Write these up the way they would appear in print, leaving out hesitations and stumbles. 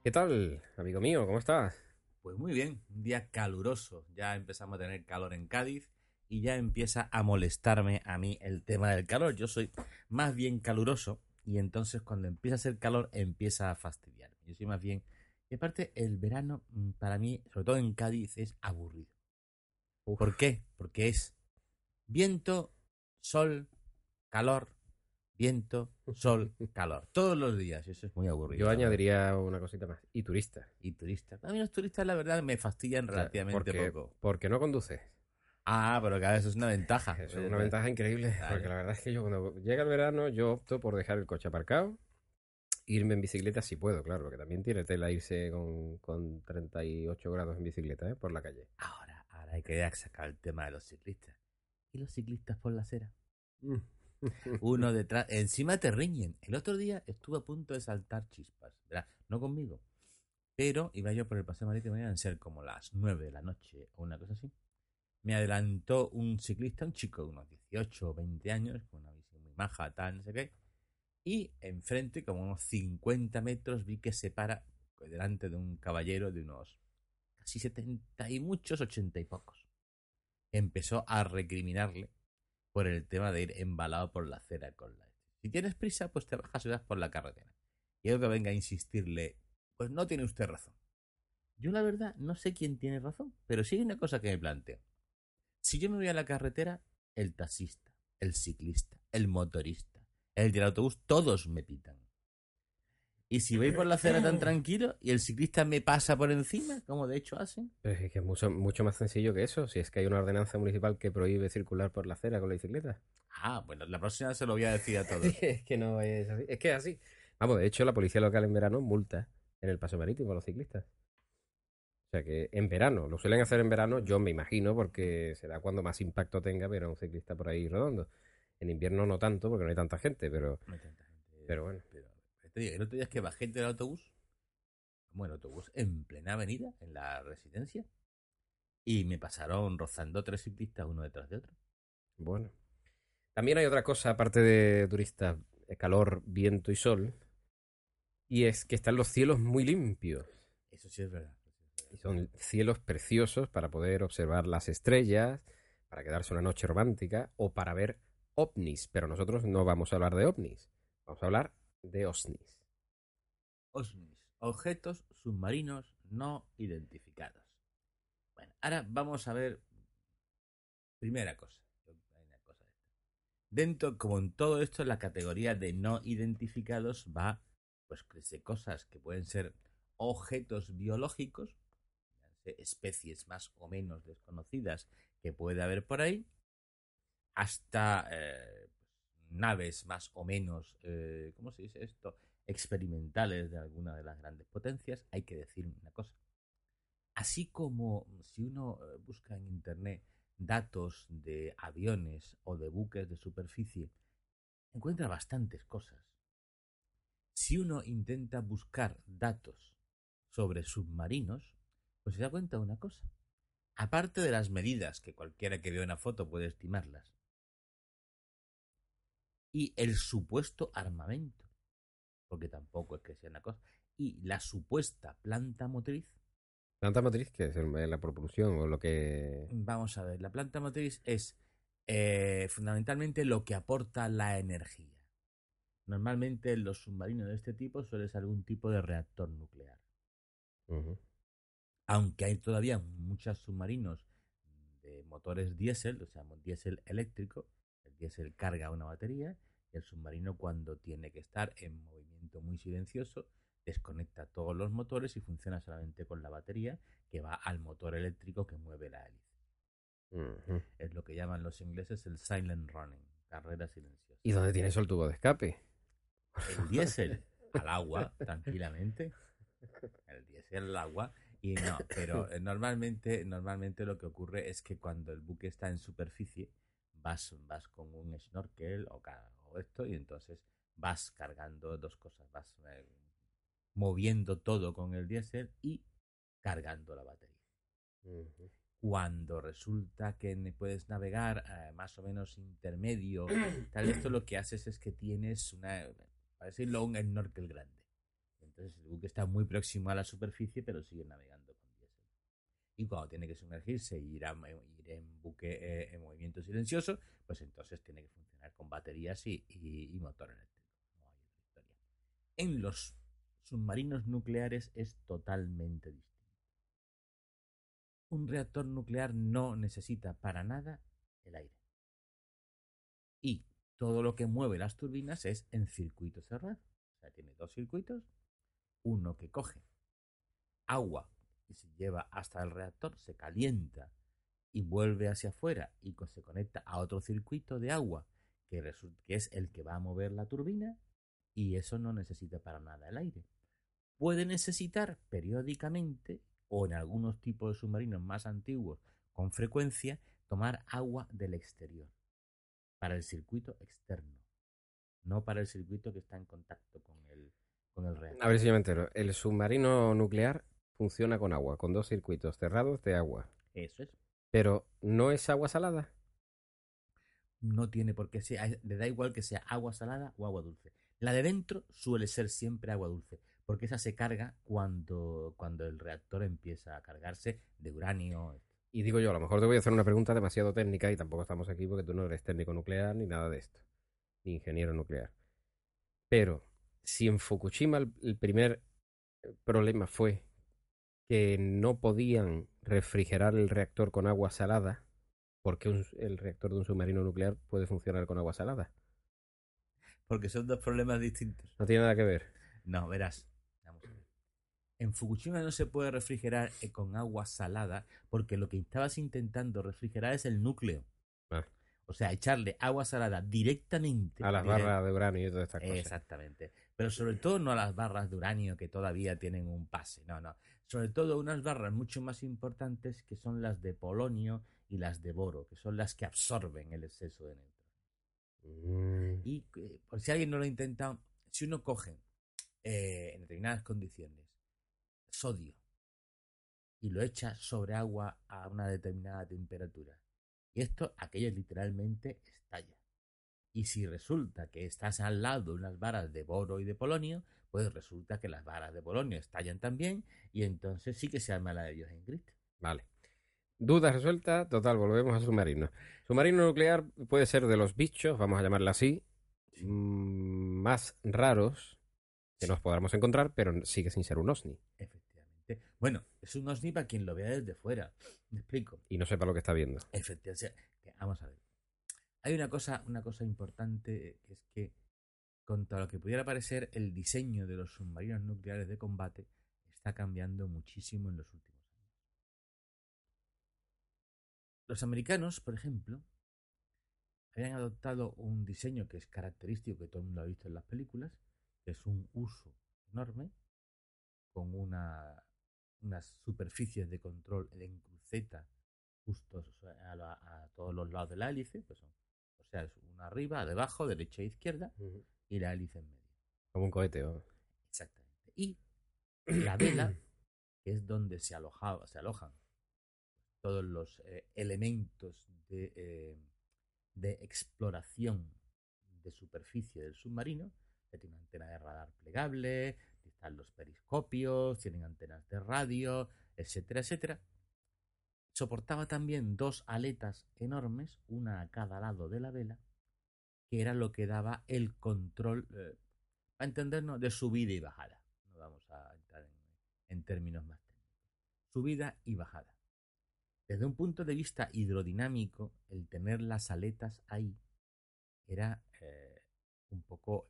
¿Qué tal, amigo mío? ¿Cómo estás? Pues muy bien, un día caluroso. Ya empezamos a tener calor en Cádiz y ya empieza a molestarme a mí el tema del calor. Yo soy más bien caluroso y entonces cuando empieza a hacer calor empieza a fastidiarme. Yo soy más bien... Y aparte el verano para mí, sobre todo en Cádiz, es aburrido. ¿Por Uf, qué? Porque es viento, sol, calor, viento, sol, calor. Todos los días y eso es muy aburrido, yo la verdad. añadiría una cosita más. Y turista. Y turistas. A mí los turistas la verdad me fastidian O sea, relativamente porque, poco. porque no conduces. Ah, pero cada vez es una ventaja. Eso es una ventaja increíble, porque Vale. la verdad es que yo cuando llega el verano, yo opto por dejar el coche aparcado, irme en bicicleta si puedo, claro, porque también tiene tela irse con 38 grados en bicicleta, por la calle. Ahora hay que sacar el tema de los ciclistas. ¿Y los ciclistas por la acera? Mm. Uno detrás, encima te riñen. El otro día estuve a punto de saltar chispas, ¿verdad? No conmigo, pero iba yo por el paseo marítimo y iban a ser como las 9 de la noche o una cosa así. Me adelantó un ciclista, un chico de unos 18 o 20 años, con una visión muy maja, tal, no sé qué. Y enfrente, como unos 50 metros, vi que se para delante de un caballero de unos casi 70 y muchos, 80 y pocos. Empezó a recriminarle por el tema de ir embalado por la acera con la... Si tienes prisa, pues te bajas y vas por la carretera. Y algo que venga a insistirle, pues no tiene usted razón. Yo la verdad no sé quién tiene razón, pero sí hay una cosa que me planteo. Si yo me voy a la carretera, el taxista, el ciclista, el motorista, el del autobús, todos me pitan. Y si voy por la acera tan tranquilo y el ciclista me pasa por encima, como de hecho hacen. Pero es que es mucho más sencillo que eso, si es que hay una ordenanza municipal que prohíbe circular por la acera con la bicicleta. Ah, bueno, la próxima se lo voy a decir a todos. Es que no es así. Es que es así. Vamos, de hecho, la policía local en verano multa en el paso marítimo a los ciclistas. O sea que en verano, lo suelen hacer en verano, yo me imagino, porque será cuando más impacto tenga ver a un ciclista por ahí rodando. En invierno no tanto, porque no hay tanta gente, No hay tanta gente. pero bueno. Pero te digo, el otro día es que bajé del autobús, como el autobús en plena avenida, en la residencia, y me pasaron rozando tres ciclistas uno detrás de otro. Bueno. También hay otra cosa, aparte de turistas, calor, viento y sol, y es que están los cielos muy limpios. Eso sí es verdad. Eso sí es Y verdad. son cielos preciosos para poder observar las estrellas, para quedarse una noche romántica o para ver ovnis. Pero nosotros no vamos a hablar de ovnis, vamos a hablar de osnis. OSNIs, objetos submarinos no identificados. Bueno, ahora vamos a ver primera cosa. Una cosa esta. Dentro, como en todo esto, la categoría de no identificados va pues desde cosas que pueden ser objetos biológicos, especies más o menos desconocidas que puede haber por ahí, hasta naves más o menos, ¿cómo se dice esto? Experimentales de alguna de las grandes potencias. Hay que decir una cosa. Así como si uno busca en Internet datos de aviones o de buques de superficie, encuentra bastantes cosas. Si uno intenta buscar datos sobre submarinos, pues se da cuenta de una cosa. Aparte de las medidas, que cualquiera que vea una foto puede estimarlas, y el supuesto armamento, porque tampoco es que sea una cosa, y la supuesta planta motriz, Planta motriz, que es la propulsión o lo que... vamos a ver, la planta motriz es fundamentalmente lo que aporta la energía. Normalmente en los submarinos de este tipo suele ser algún tipo de reactor nuclear. Ujú. Aunque hay todavía muchos submarinos de motores diésel, o sea, diésel eléctrico, el diésel carga una batería y el submarino cuando tiene que estar en movimiento muy silencioso desconecta todos los motores y funciona solamente con la batería que va al motor eléctrico que mueve la hélice. Ujú. Es lo que llaman los ingleses el silent running, carrera silenciosa. ¿Y dónde tiene eso el tubo de escape? El diésel al agua, tranquilamente, el diésel al agua. Y no, pero normalmente lo que ocurre es que cuando el buque está en superficie, vas con un snorkel o esto, y entonces vas cargando dos cosas, vas moviendo todo con el diésel y cargando la batería. Ujú. Cuando resulta que puedes navegar más o menos intermedio, tal, esto lo que haces es que tienes una, para decirlo, un snorkel grande. entonces el buque está muy próximo a la superficie, pero sigue navegando con diésel. Y cuando tiene que sumergirse y ir en buque en movimiento silencioso, pues entonces tiene que funcionar con baterías y motor eléctrico. No hay otra historia. En los submarinos nucleares es totalmente distinto. Un reactor nuclear no necesita para nada el aire. Y todo lo que mueve las turbinas es en circuito cerrado. O sea, tiene dos circuitos, uno que coge agua y se lleva hasta el reactor, se calienta y vuelve hacia afuera y se conecta a otro circuito de agua que es el que va a mover la turbina, y eso no necesita para nada el aire. Puede necesitar periódicamente, o en algunos tipos de submarinos más antiguos con frecuencia, tomar agua del exterior para el circuito externo, no para el circuito que está en contacto con el A ver reactor. si yo me entero. El submarino nuclear funciona con agua, con dos circuitos cerrados de agua. Eso es. Pero no es agua salada. No tiene por qué ser, le da igual que sea agua salada o agua dulce. La de dentro suele ser siempre agua dulce, porque esa se carga cuando el reactor empieza a cargarse de uranio. Y digo yo, a lo mejor te voy a hacer una pregunta demasiado técnica y tampoco estamos aquí porque tú no eres técnico nuclear ni nada de esto, ni ingeniero nuclear. Pero si en Fukushima el primer problema fue que no podían refrigerar el reactor con agua salada, porque el reactor de un submarino nuclear puede funcionar con agua salada. Porque son dos problemas distintos. No tiene nada que ver. No, verás. Vamos a ver. En Fukushima no se puede refrigerar con agua salada porque lo que estabas intentando refrigerar es el núcleo. Ah, O sea, echarle agua salada directamente. a las barras de uranio y todas estas cosas. Exactamente. Pero sobre todo no a las barras de uranio que todavía tienen un pase. No, no. Sobre todo unas barras mucho más importantes que son las de polonio y las de boro, que son las que absorben el exceso de nitrógeno. Mm. Y por si alguien no lo ha intentado, si uno coge en determinadas condiciones sodio y lo echa sobre agua a una determinada temperatura, y aquello literalmente estalla. Y si resulta que estás al lado de unas varas de boro y de polonio, pues resulta que las varas de polonio estallan también, y entonces sí que se arma la de Dios en Cristo. Vale. Duda resuelta, total, volvemos a submarino. Submarino nuclear puede ser de los bichos, vamos a llamarla así, Sí. más raros que Sí. nos podamos encontrar, pero sigue sin ser un OSNI. Efectivamente. Bueno, es un OSNI para quien lo vea desde fuera. Me explico. Y no sepa lo que está viendo. Efectivamente. Vamos a ver. Hay una cosa importante, que es que, contra lo que pudiera parecer, el diseño de los submarinos nucleares de combate está cambiando muchísimo en los últimos años. Los americanos, por ejemplo, habían adoptado un diseño que es característico, que todo el mundo ha visto en las películas, que es un uso enorme, con unas superficies de control en cruceta justos a todos los lados de la hélice, pues o sea, es una arriba, debajo, derecha e izquierda, y la hélice en medio. Como un cohete. ¿O? Exactamente. Y la vela, que es donde se alojan todos los elementos de exploración de superficie del submarino, que tiene una antena de radar plegable, están los periscopios, tienen antenas de radio, etcétera, etcétera. Soportaba también dos aletas enormes, una a cada lado de la vela, que era lo que daba el control, a entendernos, de subida y bajada. No vamos a entrar en términos más técnicos. Subida y bajada. Desde un punto de vista hidrodinámico, el tener las aletas ahí era un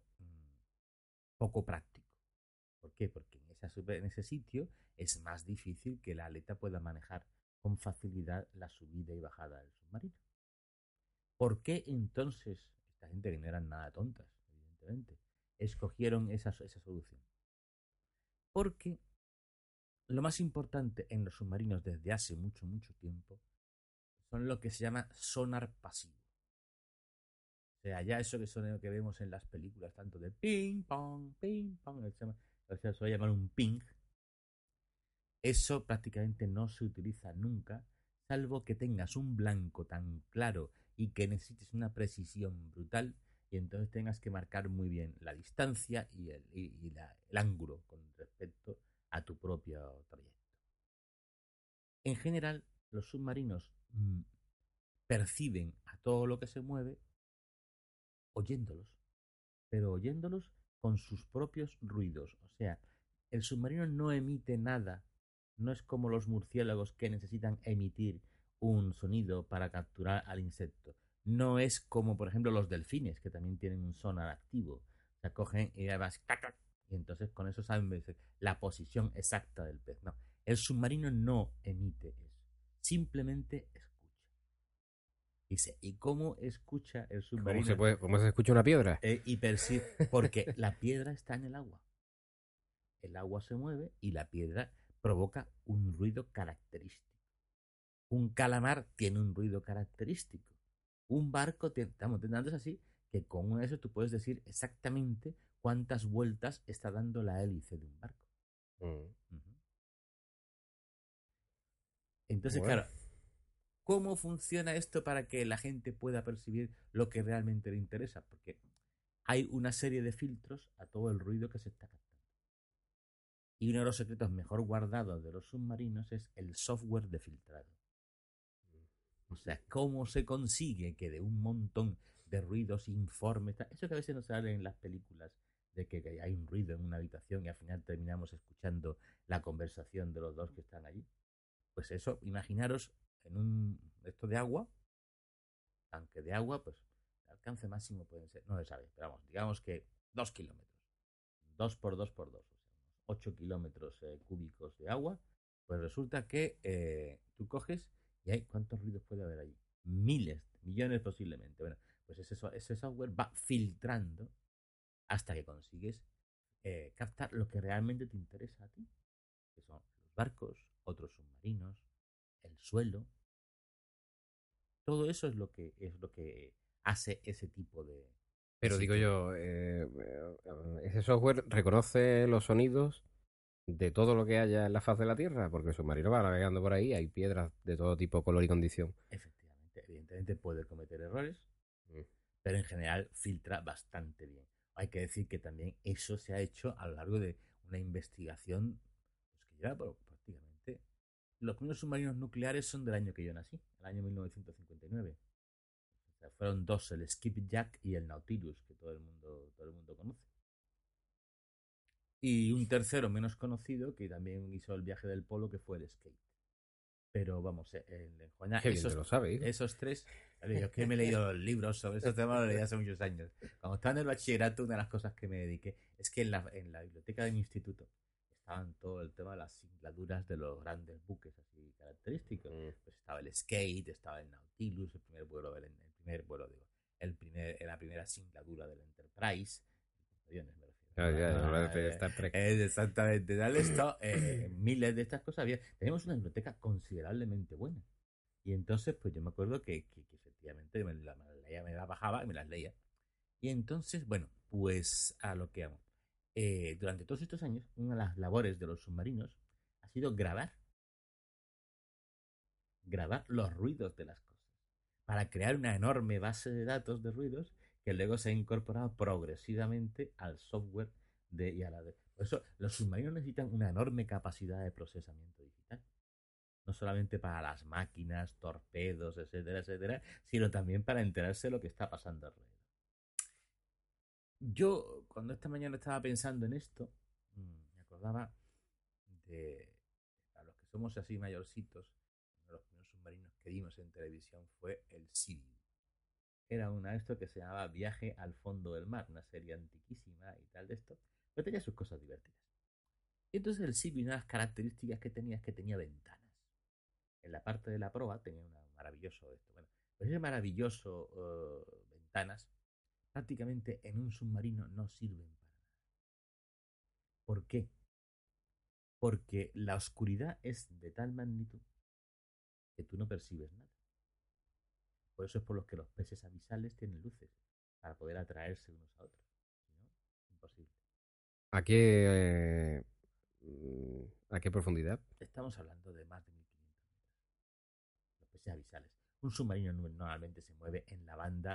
poco práctico. ¿Por qué? Porque en ese sitio es más difícil que la aleta pueda manejar con facilidad la subida y bajada del submarino. ¿Por qué entonces esta gente, que no eran nada tontas, evidentemente, escogieron esa solución? Porque lo más importante en los submarinos desde hace mucho, mucho tiempo son lo que se llama sonar pasivo. O sea, ya eso que son lo que vemos en las películas, tanto de ping pong, o sea, se va a llamar un ping. Eso prácticamente no se utiliza nunca, salvo que tengas un blanco tan claro y que necesites una precisión brutal, y entonces tengas que marcar muy bien la distancia el ángulo con respecto a tu propio trayecto. En general, los submarinos perciben a todo lo que se mueve oyéndolos, pero oyéndolos con sus propios ruidos. O sea, el submarino no emite nada, no es como los murciélagos que necesitan emitir un sonido para capturar al insecto. No es como, por ejemplo, los delfines, que también tienen un sonar activo. O sea, cogen y además, y entonces con eso saben la posición exacta del pez. No, el submarino no emite eso, simplemente escucha. Dice, ¿y cómo escucha el submarino? ¿Cómo se escucha una piedra? Y percibe, porque la piedra está en el agua. El agua se mueve y la piedra provoca un ruido característico. Un calamar tiene un ruido característico. Un barco, estamos teniendo así, que con uno de esos tú puedes decir exactamente cuántas vueltas está dando la hélice de un barco. Mm. Ujú. Entonces, Bueno, claro, ¿cómo funciona esto para que la gente pueda percibir lo que realmente le interesa? Porque hay una serie de filtros a todo el ruido que se está captando. Y uno de los secretos mejor guardados de los submarinos es el software de filtrado. O sea, cómo se consigue que de un montón de ruidos, informes, eso que a veces no sale en las películas, de que hay un ruido en una habitación y al final terminamos escuchando la conversación de los dos que están allí. Pues eso, imaginaros en un esto de agua, tanque de agua, pues el alcance máximo pueden ser, no se sabe, pero vamos, digamos que 2 kilómetros. 2 por 2 por 2, o sea, unos 8 kilómetros cúbicos de agua, pues resulta que tú coges y hay, ¿cuántos ruidos puede haber allí? Miles, millones posiblemente. Bueno, pues ese software va filtrando hasta que consigues captar lo que realmente te interesa a ti, que son los barcos, otros submarinos, el suelo. Todo eso es lo que hace ese tipo de pero digo sistema. yo, ese software reconoce los sonidos de todo lo que haya en la faz de la Tierra, porque el submarino va navegando por ahí, hay piedras de todo tipo, color y condición. Efectivamente, evidentemente puede cometer errores, Mm. pero en general filtra bastante bien. Hay que decir que también eso se ha hecho a lo largo de una investigación pues, que lleva prácticamente... Los primeros submarinos nucleares son del año que yo nací, el año 1959. O sea, fueron dos, el Skipjack y el Nautilus, que todo el mundo conoce. Y un tercero menos conocido, que también hizo el viaje del polo, que fue el Skate. Pero vamos, en Juana, Qué bien te lo sabes, hijo. esos tres, yo es que me he leído los libros sobre esos temas, los leí hace muchos años. Cuando estaba en el bachillerato, una de las cosas que me dediqué es que en la biblioteca de mi instituto estaban todo el tema de las singladuras de los grandes buques así característicos. Mm. Pues estaba el Skate, estaba el Nautilus, el primer vuelo digo, la primera singladura del Enterprise, aviones me refiero. Ya, ya, hablar de Star Trek. Exactamente, dale esto, miles de estas cosas había. Tenemos una biblioteca considerablemente buena. Y entonces, pues yo me acuerdo que efectivamente me la bajaba y me las leía. Y entonces, bueno, pues a lo que amo. Durante todos estos años, una de las labores de los submarinos ha sido grabar los ruidos de las cosas, para crear una enorme base de datos de ruidos que luego se ha incorporado progresivamente al software y a la de... Por eso los submarinos necesitan una enorme capacidad de procesamiento digital. No solamente para las máquinas, torpedos, etcétera, etcétera, sino también para enterarse de lo que está pasando alrededor. Yo, cuando esta mañana estaba pensando en esto, me acordaba de, a los que somos así mayorcitos, uno de los primeros submarinos que vimos en televisión fue el Sibiu. Era una de esto que se llamaba Viaje al fondo del mar, una serie antiquísima y tal de esto, pero tenía sus cosas divertidas. Y entonces el Sibiu, una de las características que tenía es que tenía ventanas. En la parte de la proa tenía un maravilloso esto. Bueno, pues ese maravilloso ventanas prácticamente en un submarino no sirven para nada. ¿Por qué? Porque la oscuridad es de tal magnitud que tú no percibes nada. Por eso es por lo que los peces abisales tienen luces, para poder atraerse unos a otros. Si no, imposible. ¿A qué profundidad? Estamos hablando de más de 1500 metros. Los peces abisales. Un submarino normalmente se mueve en la banda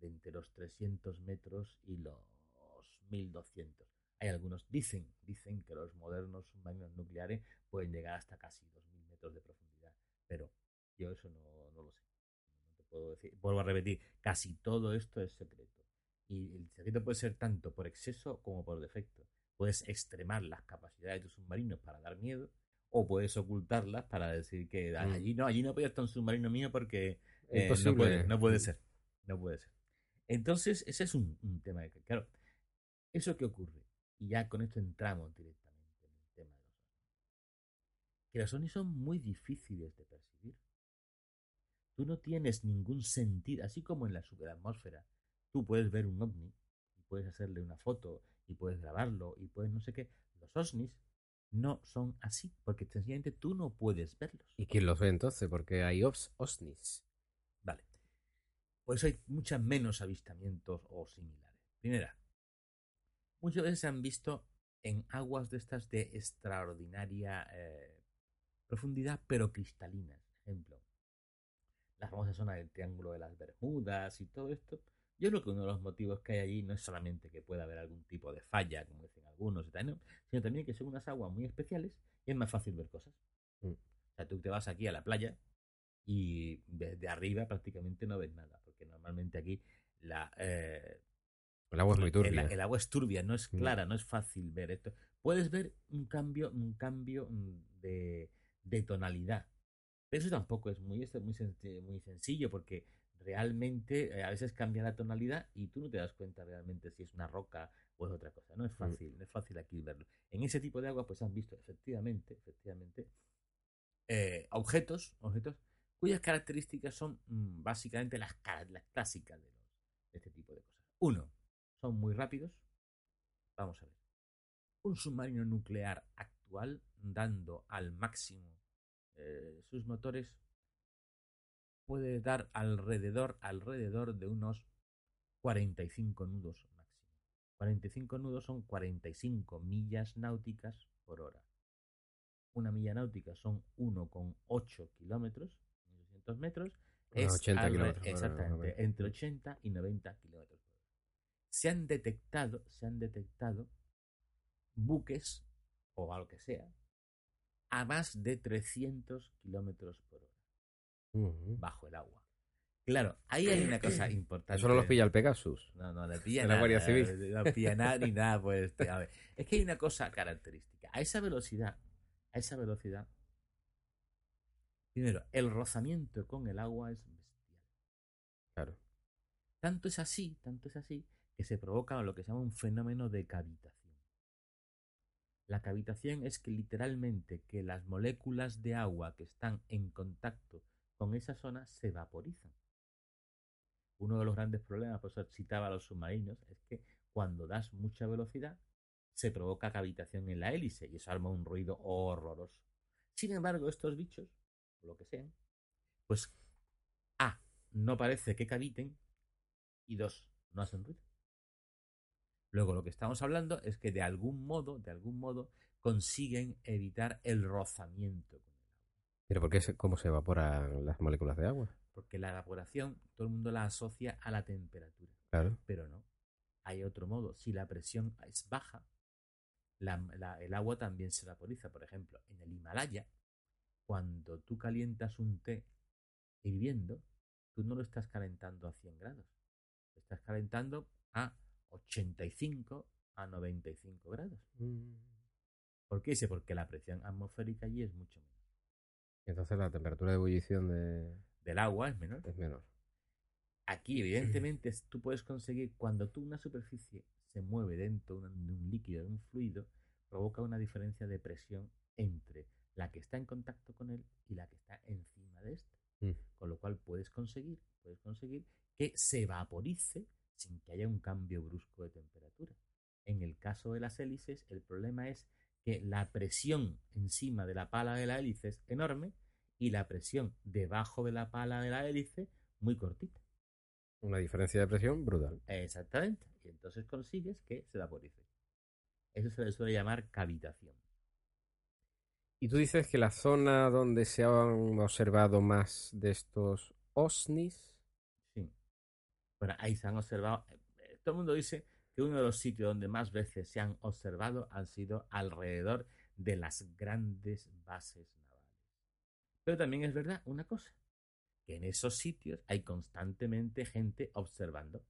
de entre los 300 metros y los 1200. Hay algunos, dicen que los modernos submarinos nucleares pueden llegar hasta casi 2000 metros de profundidad, pero yo eso no lo sé. No te puedo decir. Vuelvo a repetir, casi todo esto es secreto. Y el secreto puede ser tanto por exceso como por defecto. Puedes extremar las capacidades de tus submarinos para dar miedo, o puedes ocultarlas para decir que Mm. allí no puede estar un submarino mío porque Imposible. no puede ser. No puede ser. Entonces, ese es un tema de que, claro, ¿eso qué ocurre? Y ya con esto entramos directamente en el tema de los ovnis. Que los ovnis son muy difíciles de percibir. Tú no tienes ningún sentido, así como en la superatmósfera. Tú puedes ver un ovni y puedes hacerle una foto y puedes grabarlo y puedes no sé qué. Los ovnis no son así, porque sencillamente tú no puedes verlos. ¿Y quién los ve entonces? Porque hay OSNIs. Vale. Por eso hay muchas menos avistamientos o similares. Primera, muchas veces se han visto en aguas de estas de extraordinaria profundidad, pero cristalinas. Ejemplo, la famosa zona del Triángulo de las Bermudas y todo esto. Yo creo que uno de los motivos que hay allí no es solamente que pueda haber algún tipo de falla, como dicen algunos, y tal, ¿no? Sino también que son unas aguas muy especiales y es más fácil ver cosas. Mm. O sea, tú te vas aquí a la playa y desde arriba prácticamente no ves nada, porque normalmente aquí la, El agua es muy turbia. el agua es turbia, no es Mm. clara, no es fácil ver esto. Puedes ver un cambio de tonalidad, pero eso tampoco es muy sencillo porque realmente a veces cambia la tonalidad y tú no te das cuenta realmente si es una roca o es otra cosa. Mm. No es fácil aquí verlo. En ese tipo de agua pues han visto efectivamente objetos cuyas características son básicamente las clásicas de este tipo de cosas. Uno, son muy rápidos. Vamos a ver. Un submarino nuclear actual, dando al máximo sus motores, puede dar alrededor de unos 45 nudos máximo. 45 nudos son 45 millas náuticas por hora. Una milla náutica son 1,8 kilómetros, 1.200 metros, Unos 80 kilómetros por hora, más o menos. exactamente entre 80 y 90 kilómetros por hora. Se han detectado buques, o algo que sea, a más de 300 kilómetros por hora Ujú. bajo el agua. Claro, ahí hay una cosa Eso no los importante. pilla el Pegasus No le pilla de la Guardia nada, Civil. no pilla nada ni nada, pues. A ver, es que hay una cosa característica. A esa velocidad, primero, el rozamiento con el agua es bestial. Claro. Tanto es así, que se provoca lo que se llama un fenómeno de cavitación. La cavitación es que literalmente que las moléculas de agua que están en contacto con esa zona se vaporizan. Uno de los grandes problemas, por eso citaba a los submarinos, es que cuando das mucha velocidad se provoca cavitación en la hélice y eso arma un ruido horroroso. Sin embargo, estos bichos, o lo que sean, pues A, no parece que caviten y dos, no hacen ruido. Luego lo que estamos hablando es que de algún modo, consiguen evitar el rozamiento con el agua. Pero ¿por qué cómo se evaporan las moléculas de agua? Porque la evaporación todo el mundo la asocia a la temperatura, Claro. pero no. Hay otro modo. Si la presión es baja, el agua también se vaporiza. Por ejemplo, en el Himalaya, cuando tú calientas un té hirviendo, tú no lo estás calentando a 100 grados. Lo estás calentando a 85 a 95 grados. Mm. ¿Por qué? Porque la presión atmosférica allí es mucho menor. Entonces la temperatura de ebullición Del agua es menor. es menor. Aquí, evidentemente, tú puedes conseguir, cuando tú una superficie se mueve dentro de un líquido, de un fluido, provoca una diferencia de presión entre la que está en contacto con él y la que está encima de este. Mm. Con lo cual puedes conseguir que se vaporice sin que haya un cambio brusco de temperatura. En el caso de las hélices, el problema es que la presión encima de la pala de la hélice es enorme y la presión debajo de la pala de la hélice muy cortita. Una diferencia de presión brutal. Exactamente. Y entonces consigues que se vaporice. Eso se le suele llamar cavitación. Y tú dices que la zona donde se han observado más de estos OSNIs Sí. Bueno, ahí se han observado. Todo el mundo dice que uno de los sitios donde más veces se han observado han sido alrededor de las grandes bases navales. Pero también es verdad una cosa, que en esos sitios hay constantemente gente observando.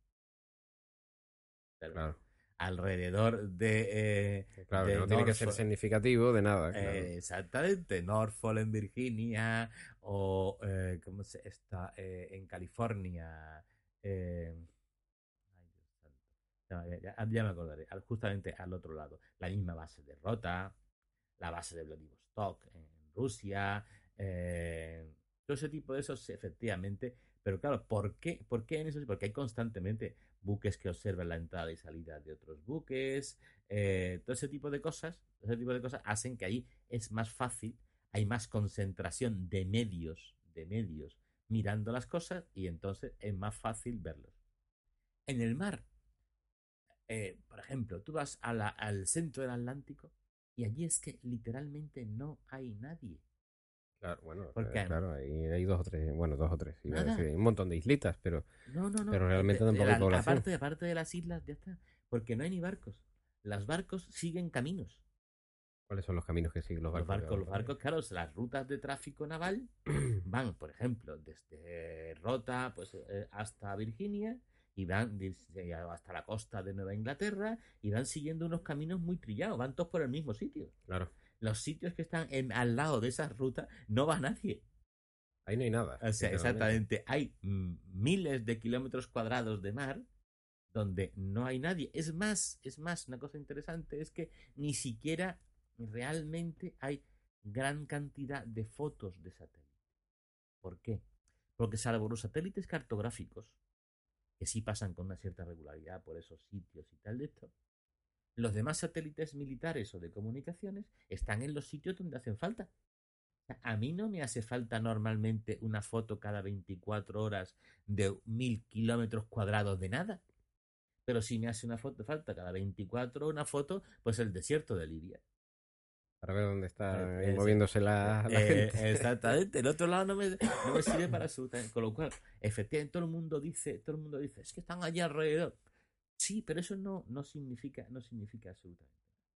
Claro, Claro. alrededor Claro, que de no tiene que ser Norfolk, significativo de nada, claro. exactamente, Norfolk en Virginia o ¿cómo se está? En California. Ay, Dios santo. Ya me acordaré, justamente al otro lado. La misma base de Rota, la base de Vladivostok en Rusia, todo ese tipo de esos, efectivamente. Pero claro, ¿por qué en eso? Porque hay constantemente buques que observan la entrada y salida de otros buques, todo ese tipo de cosas hacen que ahí es más fácil, hay más concentración de medios mirando las cosas y entonces es más fácil verlos. En el mar, por ejemplo, tú vas al centro del Atlántico y allí es que literalmente no hay nadie. Claro, bueno, Porque claro, ahí hay dos o tres, bueno, dos o tres, iba a decir, nada, hay un montón de islitas, no, no, no. pero realmente tampoco hay población. Aparte de las islas, ya está. Porque no hay ni barcos. Los barcos siguen caminos. ¿Cuáles son los caminos que siguen los Los barcos que barcos, van los por ahí? barcos, claro, las rutas de tráfico naval van, por ejemplo, desde Rota pues, hasta Virginia y van hasta la costa de Nueva Inglaterra y van siguiendo unos caminos muy trillados, van todos por el mismo sitio. Claro, Los sitios que están al lado de esas rutas no va nadie. ahí no hay nada, O sea, literalmente. exactamente, hay miles de kilómetros cuadrados de mar donde no hay nadie. Es más, una cosa interesante es que ni siquiera realmente hay gran cantidad de fotos de satélite. ¿Por qué? Porque salvo los satélites cartográficos, que sí pasan con una cierta regularidad por esos sitios y tal de esto, los demás satélites militares o de comunicaciones están en los sitios donde hacen falta. A mí no me hace falta normalmente una foto cada 24 horas de 1000 kilómetros cuadrados de nada. Pero si me hace una foto, falta cada 24 una foto, pues el desierto de Libia. Para ver dónde Eh, está ahí es- moviéndose la gente. Exactamente, el otro lado no me sirve para absolutamente. Con lo cual, efectivamente, todo el mundo dice, es que están allí alrededor. Sí, pero eso no significa absolutamente.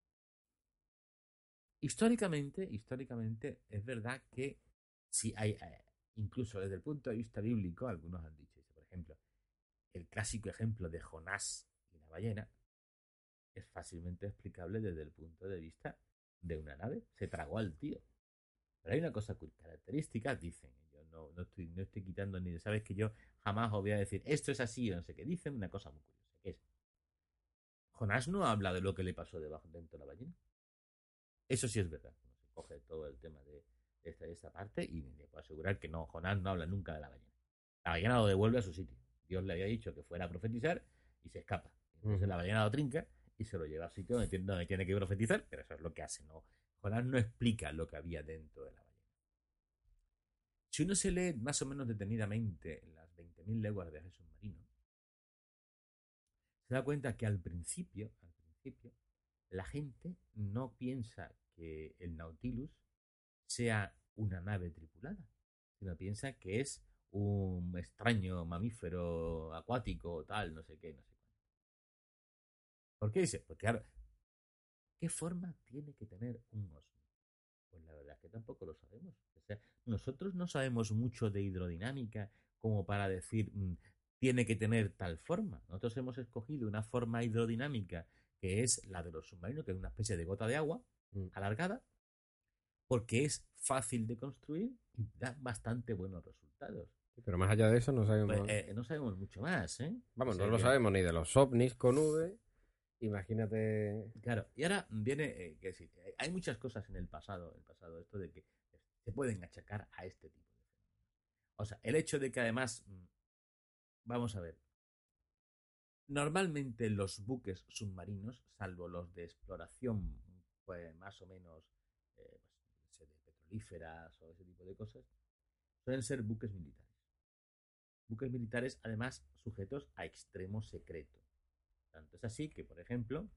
Históricamente, es verdad que sí hay, incluso desde el punto de vista bíblico, algunos han dicho, por ejemplo, el clásico ejemplo de Jonás y la ballena es fácilmente explicable desde el punto de vista de una nave. Se tragó al tío. Pero hay una cosa característica, dicen, yo no estoy quitando ni, sabes que yo jamás os voy a decir esto es así o no sé qué, dicen una cosa muy curiosa, que es, Jonás no habla de lo que le pasó debajo dentro de la ballena. Eso sí es verdad. Se coge todo el tema de esta parte y le puedo asegurar que no, Jonás no habla nunca de la ballena. La ballena lo devuelve a su sitio. Dios le había dicho que fuera a profetizar y se escapa. Entonces Ujú. la ballena lo trinca y se lo lleva al sitio donde tiene que profetizar, pero eso es lo que hace, ¿no? Jonás no explica lo que había dentro de la ballena. Si uno se lee más o menos detenidamente las 20.000 leguas de viaje submarino, se da cuenta que al principio, la gente no piensa que el Nautilus sea una nave tripulada, sino piensa que es un extraño mamífero acuático, tal, no sé qué, no sé cuánto. ¿Por qué dice? Pues claro, ¿qué forma tiene que tener un osni? Pues la verdad es que tampoco lo sabemos. O sea, nosotros no sabemos mucho de hidrodinámica como para decir tiene que tener tal forma. Nosotros hemos escogido una forma hidrodinámica que es la de los submarinos, que es una especie de gota de agua Mm. alargada, porque es fácil de construir y da bastante buenos resultados. Pero más allá de eso no Pues sabemos, no sabemos mucho más, ¿eh? O vamos, no sea lo que, sabemos ni de los ovnis con V, imagínate. claro, y ahora viene, que decir, hay muchas cosas en el pasado, esto de que se pueden achacar a este tipo de fenómenos. O sea, el hecho de que además, vamos a ver, normalmente los buques submarinos, salvo los de exploración, pues más o menos de petrolíferas o ese tipo de cosas, suelen ser buques militares. Buques militares, además, sujetos a extremo secreto. Tanto es así que, por ejemplo,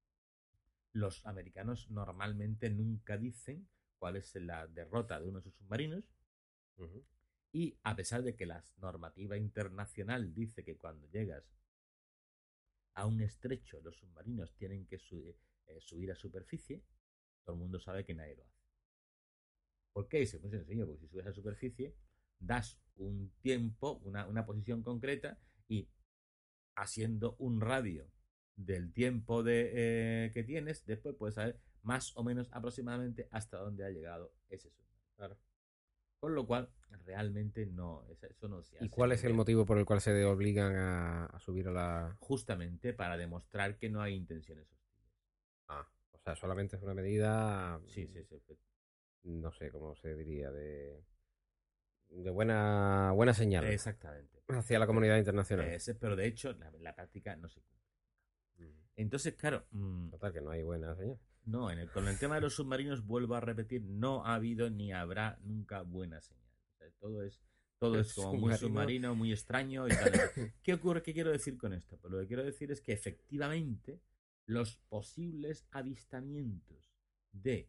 los americanos normalmente nunca dicen cuál es la derrota de uno de sus submarinos Ujú. Y a pesar de que la normativa internacional dice que cuando llegas a un estrecho los submarinos tienen que subir a superficie, todo el mundo sabe que nadie lo hace. ¿Por qué? Es muy sencillo, porque si subes a superficie, das un tiempo, una posición concreta y haciendo un radio del tiempo que tienes, después puedes saber más o menos aproximadamente hasta dónde ha llegado ese submarino. Claro. Con lo cual, realmente no, eso no se ¿Y hace cuál muy es el bien. motivo por el cual se obligan a subir a la... Justamente para demostrar que no hay intenciones hostiles. Ah, o sea, solamente es una medida, Sí, sí, sí. no sé cómo se diría, de buena señal Exactamente. hacia la comunidad internacional. Pero de hecho, la práctica no se cumple. Mm. Entonces, claro, Total, que no hay buena señal. no, con el tema de los submarinos, vuelvo a repetir, no ha habido ni habrá nunca buena señal. O sea, todo El es como muy submarino... submarino, muy extraño y tal. ¿Qué ocurre? ¿Qué quiero decir con esto? Pues lo que quiero decir es que efectivamente los posibles avistamientos de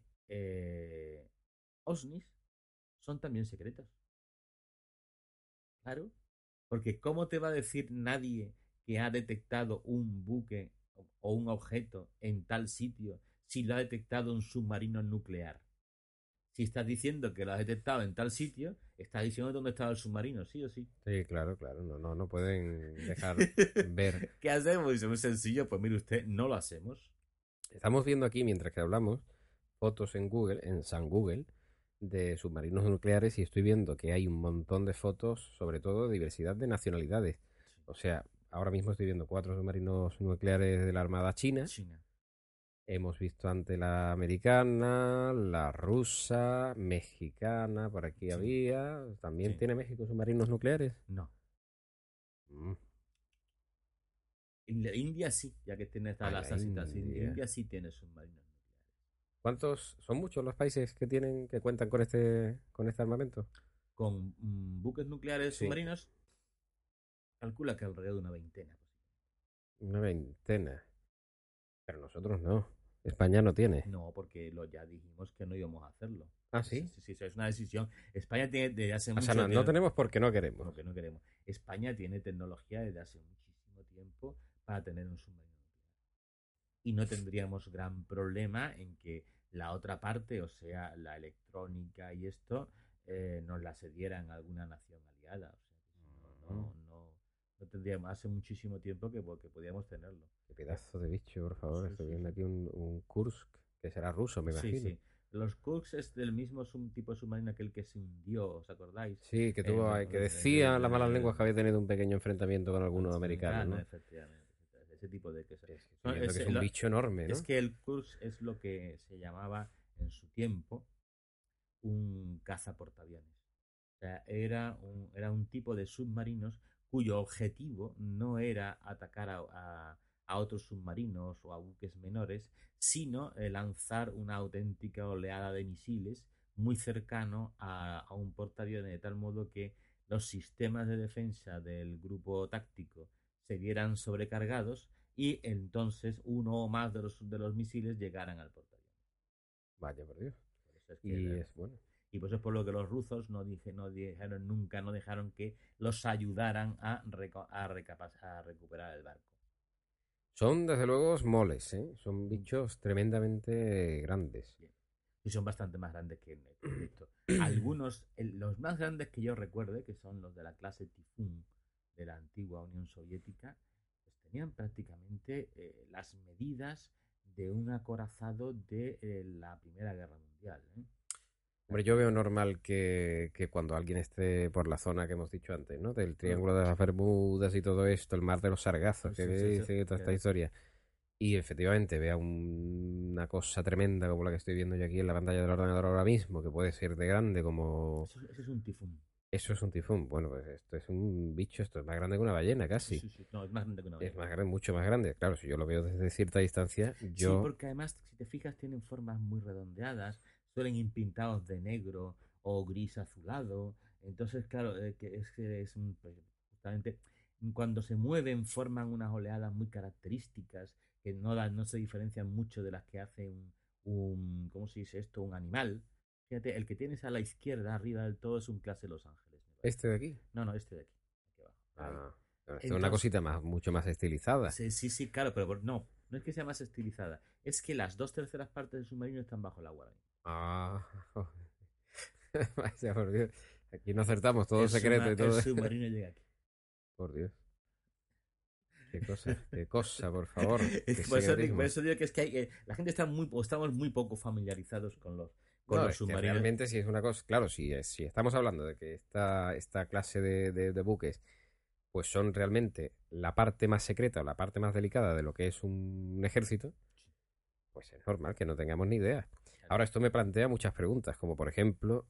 OSNIs son también secretos. Claro, porque ¿cómo te va a decir nadie que ha detectado un buque o un objeto en tal sitio si lo ha detectado un submarino nuclear? Si estás diciendo que lo has detectado en tal sitio, estás diciendo dónde estaba el submarino, sí o sí. Sí, claro, claro, no pueden dejar ver. ¿Qué hacemos? Es muy sencillo, pues mire usted, no lo hacemos. Estamos viendo aquí, mientras que hablamos, fotos en Google, en San Google, de submarinos nucleares y estoy viendo que hay un montón de fotos, sobre todo de diversidad de nacionalidades. O sea, ahora mismo estoy viendo 4 submarinos nucleares de la Armada China. China. Hemos visto ante la americana, la rusa, mexicana, por aquí Sí, había. ¿También sí. tiene México submarinos nucleares? No. Mm. En la India sí, ya que tiene Ah, en las la asitas. India. India sí tiene submarinos nucleares. ¿Cuántos son muchos los países que tienen que cuentan con este armamento? Con buques nucleares Sí, submarinos, calcula que alrededor de una veintena. una veintena. Pero nosotros no. España no tiene. No, porque ya dijimos que no íbamos a hacerlo. Ah, Sí, sí. sí, sí, eso es una decisión. España tiene desde hace O sea, mucho no tiempo, tenemos porque no queremos. porque no queremos. España tiene tecnología desde hace muchísimo tiempo para tener un submarino nuclear. Y no tendríamos gran problema en que la otra parte, o sea, la electrónica y esto, nos la cedieran a alguna nación aliada. O sea, que si no, Mm, no tendríamos, hace muchísimo tiempo que podíamos tenerlo. Qué pedazo de bicho, por favor. Sí, Estoy sí, viendo sí. aquí un Kursk, que será ruso, me Sí, imagino. sí. Los Kurks es del mismo tipo de submarino que el que se hundió, ¿os acordáis? Sí, que En, que decía las malas lenguas que había tenido un pequeño enfrentamiento con con algunos los americanos, americanos, ¿no? efectivamente. Ese tipo de cosas. Estoy viendo que es un bicho enorme, Es ¿no? que el Kursk es lo que se llamaba en su tiempo un cazaportaaviones. O sea, era un tipo de submarinos cuyo objetivo no era atacar a otros submarinos o a buques menores, sino lanzar una auténtica oleada de misiles muy cercano a un portaaviones, de tal modo que los sistemas de defensa del grupo táctico se vieran sobrecargados y entonces uno o más de los misiles llegaran al portaaviones. Vaya, por Dios. Por eso es que Y es bueno. y por eso es por lo que los rusos no dijeron nunca, no dejaron que los ayudaran a recuperar el barco. Son, desde luego, moles, ¿eh? Son Mm, bichos tremendamente grandes. bien. Y son bastante más grandes que esto. Algunos, los más grandes que yo recuerde, que son los de la clase Tifún de la antigua Unión Soviética, pues tenían prácticamente las medidas de un acorazado de la Primera Guerra Mundial. O sea Hombre, yo veo normal que cuando alguien esté por la zona que hemos dicho antes, ¿no? Del Triángulo de las Bermudas y todo esto, el mar de los Sargazos, que dice toda esta historia, y efectivamente vea una cosa tremenda como la que estoy viendo yo aquí en la pantalla del ordenador ahora mismo, que puede ser de grande como... ese es un tifún. Eso es un tifón. Bueno, pues esto es un bicho, esto es más grande que una ballena Sí, casi. sí, sí. No, es más grande que una Es ballena. más grande, mucho más grande. Claro, si yo lo veo desde cierta distancia, Sí, yo... porque además, si te fijas, tienen formas muy redondeadas, suelen ir pintados de negro o gris azulado. Entonces, claro, que es pues, justamente cuando se mueven forman unas oleadas muy características que no se diferencian mucho de las que hace ¿cómo se dice esto? Un animal. Fíjate, el que tienes a la izquierda, arriba del todo, es un clase Los Ángeles. ¿Este de aquí? No, este de aquí. Aquí abajo. Ahí. Ah, bueno, esto es una Entonces, cosita mucho más estilizada. sí, sí, sí, claro, pero no es que sea más estilizada. Es que las 2/3 partes del submarino están bajo el agua ahora mismo. Ah, vaya por Dios. Aquí no acertamos, todo secreto y El todo. submarino llega aquí. Por Dios. Qué cosa, por favor. Es Qué que por secretismo. eso digo que es que la gente está o estamos muy poco familiarizados con No, los es que submarinos. realmente si es una cosa, claro, si estamos hablando de que esta clase de buques pues son realmente la parte más secreta o la parte más delicada de lo que es un ejército, pues es normal que no tengamos ni idea. Claro, Ahora, esto me plantea muchas preguntas, como por ejemplo,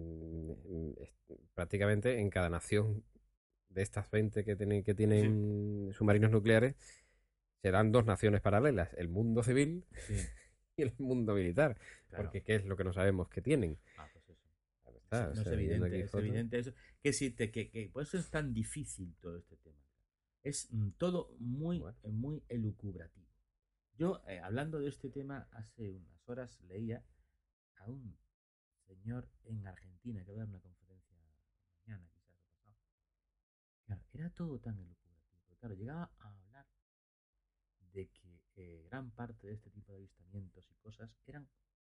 prácticamente en cada nación de estas 20 que sí, tienen submarinos nucleares, serán dos naciones paralelas, el mundo civil sí, y el mundo militar, claro. porque ¿qué es lo que no sabemos que tienen? Pues eso. Claro Sí, está, o no sea, viendo aquí es fotos. evidente eso. Que, sí, que por eso es tan difícil todo este tema. Es todo Bueno, muy elucubrativo. Yo, hablando de este tema, hace unas horas leía a un señor en Argentina que va a dar una conferencia mañana, quizás o pasado. Claro, era todo tan elucubrativo. Pero claro, llegaba a hablar de que gran parte de este tipo de avistamientos y cosas eran,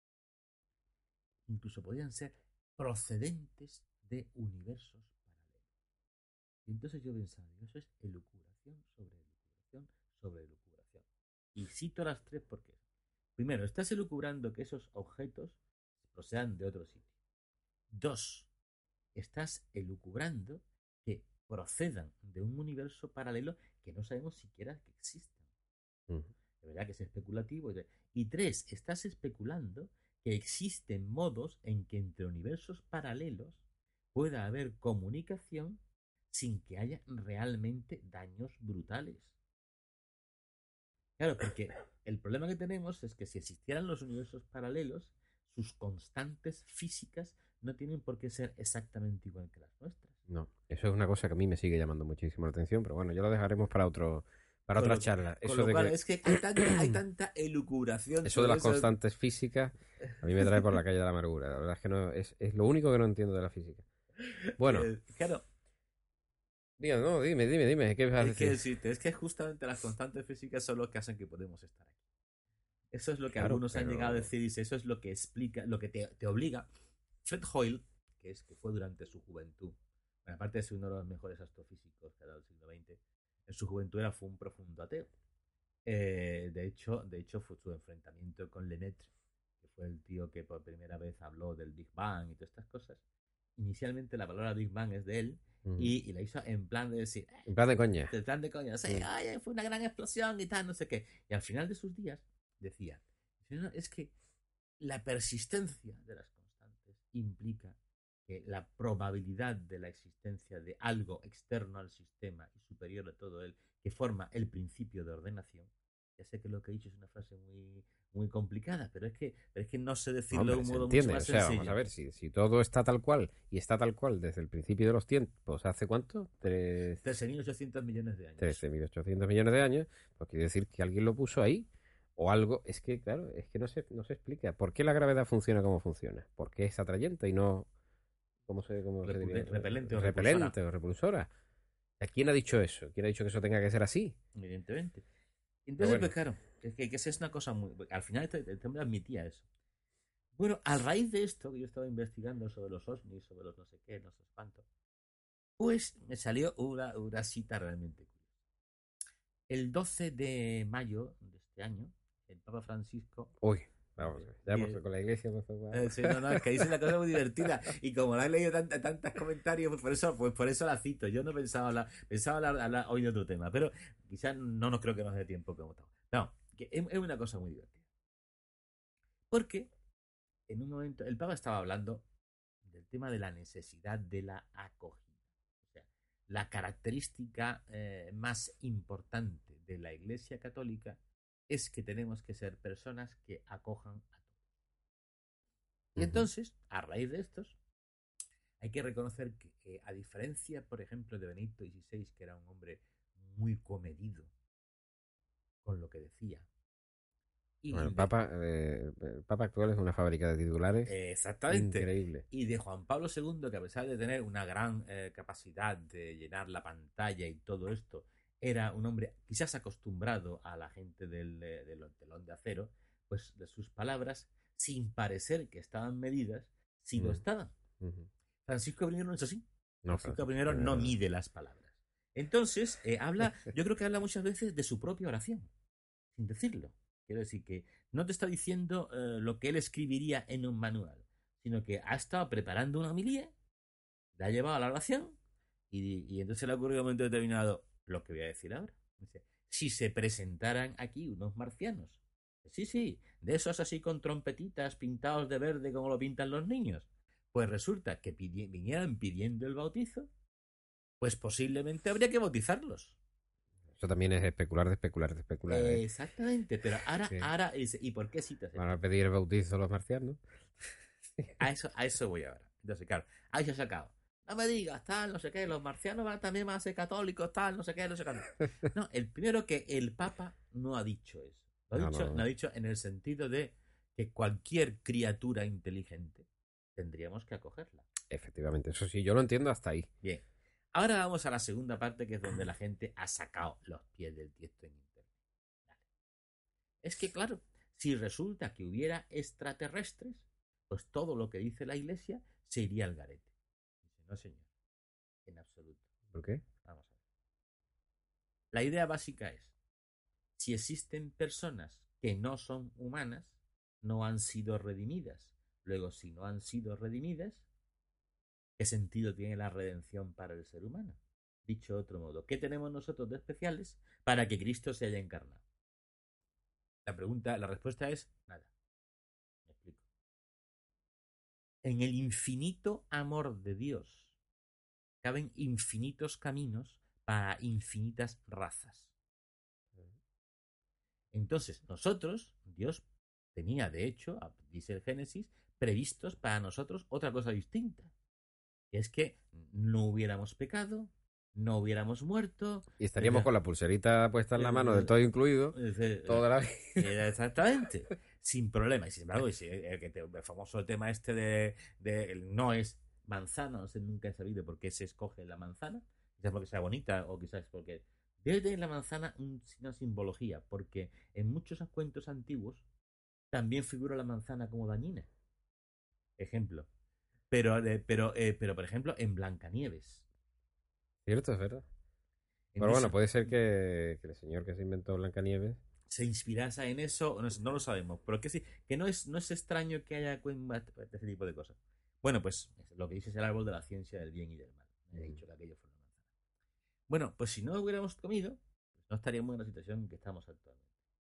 incluso podían ser procedentes de universos paralelos. Y entonces yo pensaba, digo, eso es elucubración sobre elucubración sobre elucubración. Y cito las tres porque, primero, estás elucubrando que esos objetos procedan de otro sitio. Dos, estás elucubrando que procedan de un universo paralelo que no sabemos siquiera que existan. uh-huh. De verdad que es especulativo. Y tres, estás especulando que existen modos en que entre universos paralelos pueda haber comunicación sin que haya realmente daños brutales. Claro, porque el problema que tenemos es que si existieran los universos paralelos, sus constantes físicas no tienen por qué ser exactamente igual que las nuestras. No, eso es una cosa que a mí me sigue llamando muchísimo la atención, pero bueno, ya lo dejaremos para Con otra lo, charla. con Eso lo de cual que es que hay tanta elucubración eso de sobre las eso. constantes físicas a mí me trae por la calle de la amargura. La verdad es que no es lo único que no entiendo de la física. Bueno, Claro, dime, ¿qué vas a es que decir? decirte, es que justamente las constantes físicas son lo que hacen que podemos estar aquí. Eso es lo que Claro, algunos han llegado a pero decir y eso es lo que explica, lo que te obliga. Fred Hoyle, que fue durante su juventud, bueno, aparte de ser uno de los mejores astrofísicos que ha dado el siglo XX, en su juventud fue un profundo ateo. De hecho, fue su enfrentamiento con Lemaitre, que fue el tío que por primera vez habló del Big Bang y todas estas cosas. Inicialmente la palabra Big Bang es de él y la hizo en plan de decir, en plan de coña. en plan de coño, sí, Mm. oye, fue una gran explosión y tal, no sé qué. Y al final de sus días decía, no, es que la persistencia de las constantes implica que la probabilidad de la existencia de algo externo al sistema y superior a todo él, que forma el principio de ordenación, ya sé que lo que he dicho es una frase muy complicada, pero es que no sé No, decirlo de hombre, un se modo mucho entiende. más O sea, vamos a sencillo. ver, si todo está tal cual y está tal cual desde el principio de los tiempos, ¿hace cuánto? 13.800 millones de años. 13.800 millones de años, pues quiere decir que alguien lo puso ahí. O algo, es que, claro, es que no se explica. ¿Por qué la gravedad funciona como funciona? ¿Por qué es atrayente y no, cómo se diría? Repelente o repulsora, Repelente o repulsora. ¿A quién ha dicho eso? ¿Quién ha dicho que eso tenga que ser así? evidentemente. Pero Entonces, pues bueno, claro, que esa es una cosa muy... Al final este hombre admitía eso. Bueno, a raíz de esto, que yo estaba investigando sobre los OVNIs, sobre los no sé qué, no sé cuánto, pues me salió una cita realmente curiosa. El 12 de mayo de este año, el Papa Francisco... uy, vamos, ya pues, con la iglesia. Sí, no, es que dice una cosa muy divertida y como la he leído tantos comentarios, pues por eso la cito. Yo no pensaba hablar hoy de otro tema, pero quizás no creo que nos dé tiempo como tal. No, que es una cosa muy divertida. Porque en un momento el Papa estaba hablando del tema de la necesidad de la acogida. O sea, la característica más importante de la Iglesia Católica es que tenemos que ser personas que acojan a todos. Y Ujú. entonces, a raíz de estos, hay que reconocer que, a diferencia, por ejemplo, de Benito XVI, que era un hombre muy comedido con lo que decía, Y Bueno, de, el Papa actual es una fábrica de titulares exactamente. increíble. Y de Juan Pablo II, que a pesar de tener una gran capacidad de llenar la pantalla y todo esto, era un hombre quizás acostumbrado a la gente del telón de acero, pues de sus palabras, sin parecer que estaban medidas, sí lo Mm, estaban. ujú. Francisco I no es así. No, Francisco Francisco I no I. mide las palabras. Entonces, yo creo que habla muchas veces de su propia oración, sin decirlo. Quiero decir que no te está diciendo lo que él escribiría en un manual, sino que ha estado preparando una homilía, la ha llevado a la oración y entonces le ha ocurrido un momento determinado lo que voy a decir ahora. Dice, si se presentaran aquí unos marcianos, sí, sí, de esos así con trompetitas pintados de verde como lo pintan los niños, pues resulta que vinieran pidiendo el bautizo, pues posiblemente habría que bautizarlos. Eso también es especular de especular de especular, ¿eh? Exactamente, pero Sí. ahora, ¿y por qué citas Van esto? a pedir el bautizo a los marcianos. A eso voy ahora. Entonces, claro, ahí se ha sacado. No me digas, tal, no sé qué, los marcianos también van a ser católicos, tal, no sé qué, no sé qué. No, el primero que el Papa no ha dicho eso. No, no, No ha no. dicho en el sentido de que cualquier criatura inteligente tendríamos que acogerla. Efectivamente, eso sí, yo lo entiendo hasta ahí. Bien, ahora vamos a la segunda parte que es donde la gente ha sacado los pies del tiesto en Internet. Vale. Es que, claro, si resulta que hubiera extraterrestres, pues todo lo que dice la Iglesia se iría al garete. Dice, no, señor, en absoluto. ¿Por qué? Vamos a ver. La idea básica es, si existen personas que no son humanas, no han sido redimidas. Luego, si no han sido redimidas, ¿qué sentido tiene la redención para el ser humano? Dicho de otro modo, ¿qué tenemos nosotros de especiales para que Cristo se haya encarnado? La respuesta es nada. Me explico. En el infinito amor de Dios caben infinitos caminos para infinitas razas. Entonces, nosotros, Dios tenía, de hecho, dice el Génesis, previstos para nosotros otra cosa distinta. Es que no hubiéramos pecado, no hubiéramos muerto. Y estaríamos con la pulserita puesta en la mano, de todo incluido, toda la vida. Exactamente, sin problema. Y sin embargo, el famoso tema este de no es manzana, no sé, nunca he sabido por qué se escoge la manzana, quizás porque sea bonita o quizás porque debe tener la manzana una simbología, porque en muchos cuentos antiguos también figura la manzana como dañina. Ejemplo. Pero por ejemplo, en Blancanieves. Cierto, es verdad. Pero bueno, Entonces, puede ser que el señor que se inventó Blancanieves. se inspirase en eso, no lo sabemos, pero que sí, que no es extraño que haya ese tipo de cosas. Bueno, pues lo que dice es el árbol de la ciencia del bien y del mal. Me he dicho que aquello fue una manzana. Bueno, pues si no lo hubiéramos comido, pues no estaríamos en la situación en que estamos actualmente.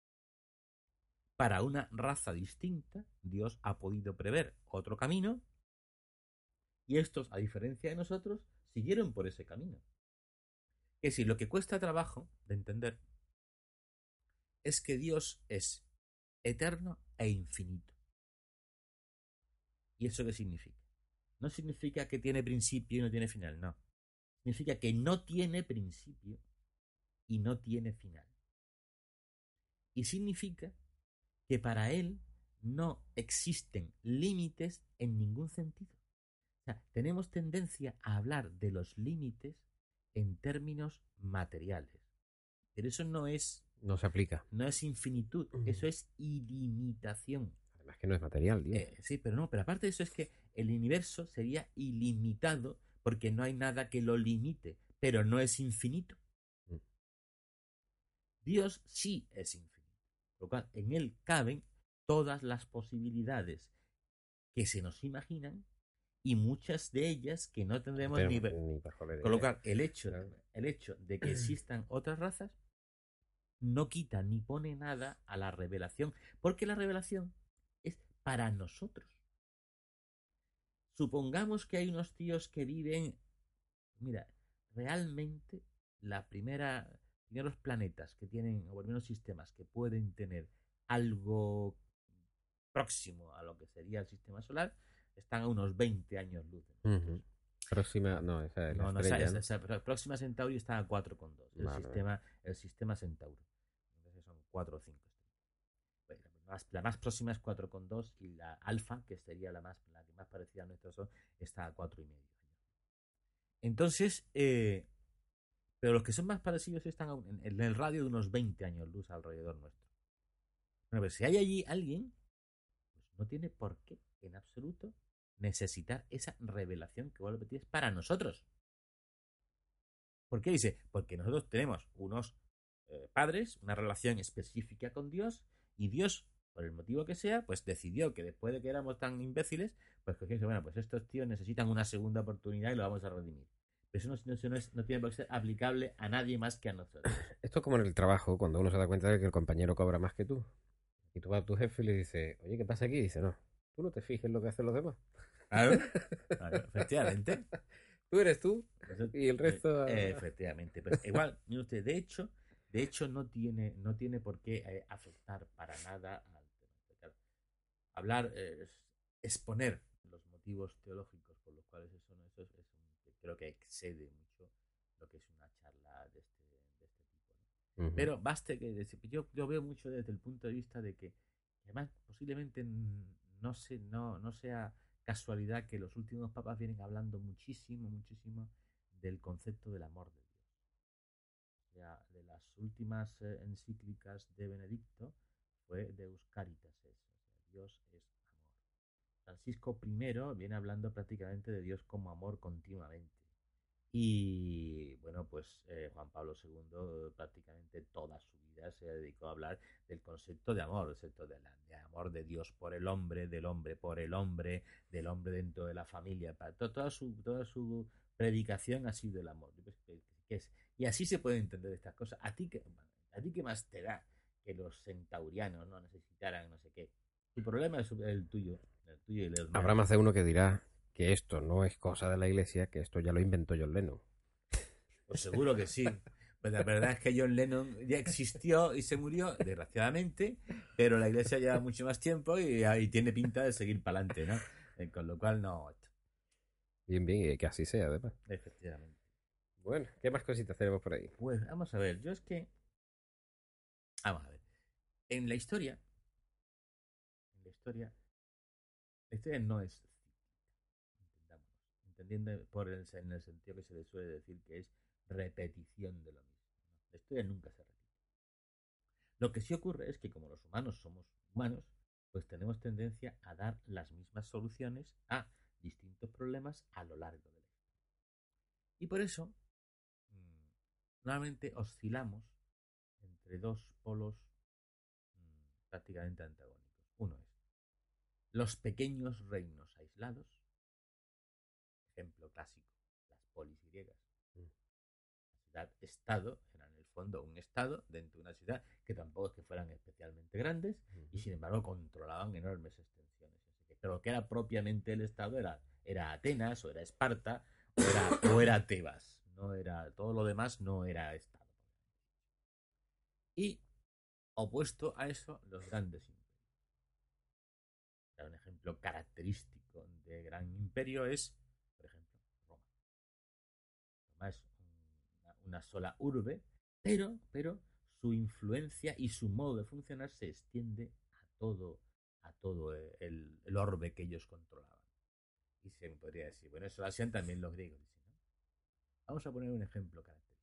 Para una raza distinta, Dios ha podido prever otro camino y estos, a diferencia de nosotros, siguieron por ese camino. Es decir, lo que cuesta trabajo de entender es que Dios es eterno e infinito. ¿Y eso qué significa? No significa que tiene principio y no tiene final, no. Significa que no tiene principio y no tiene final. Y significa que para él no existen límites en ningún sentido. O sea, tenemos tendencia a hablar de los límites en términos materiales. Pero eso No se aplica. no es infinitud, eso es ilimitación. Además que no es material, tío. Sí, pero no, pero aparte de eso es que el universo sería ilimitado porque no hay nada que lo limite, pero no es infinito. Mm. Dios sí es infinito, lo cual en él caben todas las posibilidades que se nos imaginan y muchas de ellas que no No tendremos ni tenemos ver. ni pajolera Con lo idea. cual, Claro. el hecho de que existan otras razas no quita ni pone nada a la revelación, porque la revelación es para nosotros. Supongamos que hay unos tíos que viven. Mira, realmente la primeros planetas que tienen, o primeros sistemas que pueden tener algo próximo a lo que sería el sistema solar, están a unos 20 años luz de nosotros. Ujú. Próxima, no, esa es la No, no, estrella, ¿no? Próxima Centauri está a 4,2. Vale, vale. El sistema Centauro. Entonces son 4 o 5 estrellas. Bueno, La más próxima es 4,2 y la alfa, que sería la que más parecida a nuestro Sol, está a 4,5. Entonces, pero los que son más parecidos están en el radio de unos 20 años luz alrededor nuestro. Bueno, pues si hay allí alguien, pues no tiene por qué, en absoluto, necesitar esa revelación que vos lo tienes para nosotros. ¿Por qué dice? Porque nosotros tenemos unos padres, una relación específica con Dios, y Dios, por el motivo que sea, pues decidió que después de que éramos tan imbéciles, pues que dice, bueno, pues estos tíos necesitan una segunda oportunidad y lo vamos a redimir. Pero no tiene por qué ser aplicable a nadie más que a nosotros. Esto es como en el trabajo, cuando uno se da cuenta de que el compañero cobra más que tú. Y tú vas a tu jefe y le dices, oye, ¿qué pasa aquí? Y dice, no, tú no te fijes en lo que hacen los demás. Claro, claro, efectivamente. Tú eres tú Eso, y el resto... efectivamente. Pues igual, mire usted, de hecho no tiene por qué afectar para nada al tema. Claro, hablar, exponer los motivos teológicos por los cuales eso no eso creo que excede mucho lo que es una charla de este tipo, ¿no? Ujú. Pero baste que yo veo mucho desde el punto de vista de que además posiblemente no sea casualidad que los últimos papas vienen hablando muchísimo del concepto del amor de Dios. O sea, de las últimas encíclicas de Benedicto fue Deus Caritas es, o sea, Dios es amor. Francisco I viene hablando prácticamente de Dios como amor continuamente. Y bueno, pues Juan Pablo II prácticamente toda su vida se dedicó a hablar del concepto de amor, el concepto de amor de Dios por el hombre, del hombre por el hombre, del hombre dentro de la familia. Toda su predicación ha sido el amor. Y así se pueden entender estas cosas. A ti qué más te da que los centaurianos no necesitaran no sé qué? Tu problema es el tuyo y los Habrá míos. más de uno que dirá que esto no es cosa de la iglesia, que esto ya lo inventó John Lennon. Pues seguro que sí. Pues la verdad es que John Lennon ya existió y se murió, desgraciadamente, pero la iglesia lleva mucho más tiempo y tiene pinta de seguir para adelante, ¿no? Con lo cual, no, Bien, bien, y que así sea, además. efectivamente. Bueno, ¿qué más cositas tenemos por ahí? Pues vamos a ver, vamos a ver, en la historia, en la historia no es entendámonos, entendiendo en el sentido que se le suele decir que es repetición de lo mismo. ¿No? La historia nunca se repite. Lo que sí ocurre es que como los humanos somos humanos, pues tenemos tendencia a dar las mismas soluciones a distintos problemas a lo largo de la historia. Y por eso, normalmente oscilamos entre dos polos prácticamente antagónicos. Uno es los pequeños reinos aislados, ejemplo clásico, las polis griegas. La ciudad-estado era en el fondo un estado dentro de una ciudad que tampoco es que fueran especialmente grandes y sin embargo controlaban enormes extensiones. Pero lo que era propiamente el estado era Atenas o era Esparta o era Tebas. No era, todo lo demás no era estado. Y opuesto a eso, los grandes imperios. Un ejemplo característico de gran imperio es, por ejemplo, Roma. Roma es una sola urbe, pero su influencia y su modo de funcionar se extiende a todo el orbe que ellos controlaban. Y se podría decir, bueno, eso lo hacían también los griegos. ¿No? Vamos a poner un ejemplo característico.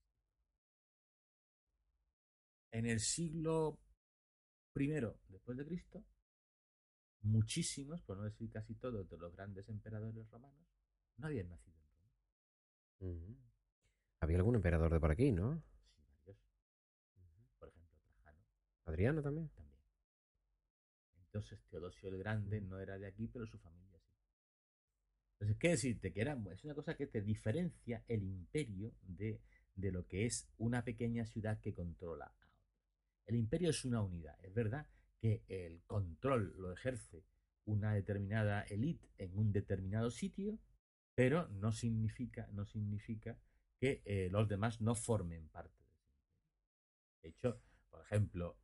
En el siglo I después de Cristo, muchísimos, por no decir casi todos, de los grandes emperadores romanos no habían nacido en Roma. Ujú. Había algún emperador de por aquí, ¿no? Sí, varios. Por ejemplo, Trajano Adriano también. también. Entonces, Teodosio el Grande no era de aquí, pero su familia sí. Entonces, ¿qué decirte? Es una cosa que te diferencia el imperio de lo que es una pequeña ciudad que controla a otra. El imperio es una unidad. Es verdad que el control lo ejerce una determinada élite en un determinado sitio, pero no significa que los demás no formen parte de ese imperio. De hecho, por ejemplo,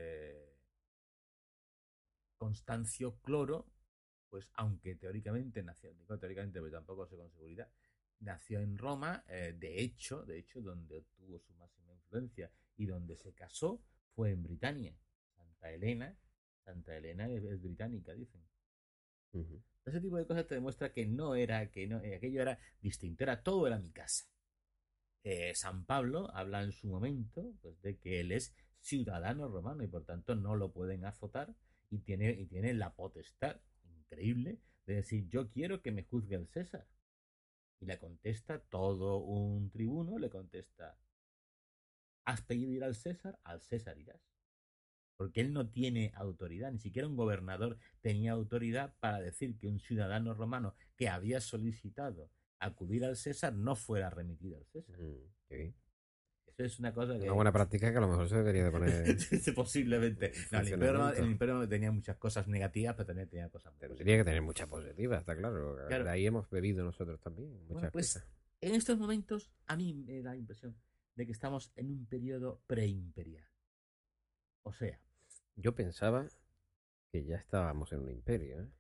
Constancio Cloro, pues aunque teóricamente nació, digo teóricamente, pero tampoco sé con seguridad, nació en Roma, de hecho, donde obtuvo su máxima influencia y donde se casó fue en Britania. Santa Elena Santa Elena es británica, dicen. Ujú. Ese tipo de cosas te demuestra que no, aquello era distinto, todo era mi casa. San Pablo habla en su momento pues, de que él es ciudadano romano y por tanto no lo pueden azotar y tiene la potestad increíble de decir yo quiero que me juzgue el César. Y le contesta todo un tribuno, le contesta, ¿has pedido ir al César irás. Porque él no tiene autoridad, ni siquiera un gobernador tenía autoridad para decir que un ciudadano romano que había solicitado acudir al César no fuera remitido al César. Qué bien. Eso es una cosa Una que buena práctica que a lo mejor se debería de poner posiblemente. en No, el funcionamiento. Imperio Romano tenía muchas cosas negativas, pero también tenía cosas muy Tendría que positivas. tener mucha positiva, está claro. De Claro, ahí hemos bebido nosotros también, bueno, muchas pues cosas. en estos momentos a mí me da la impresión de que estamos en un periodo preimperial. O sea, Yo pensaba que ya estábamos en un imperio, ¿eh?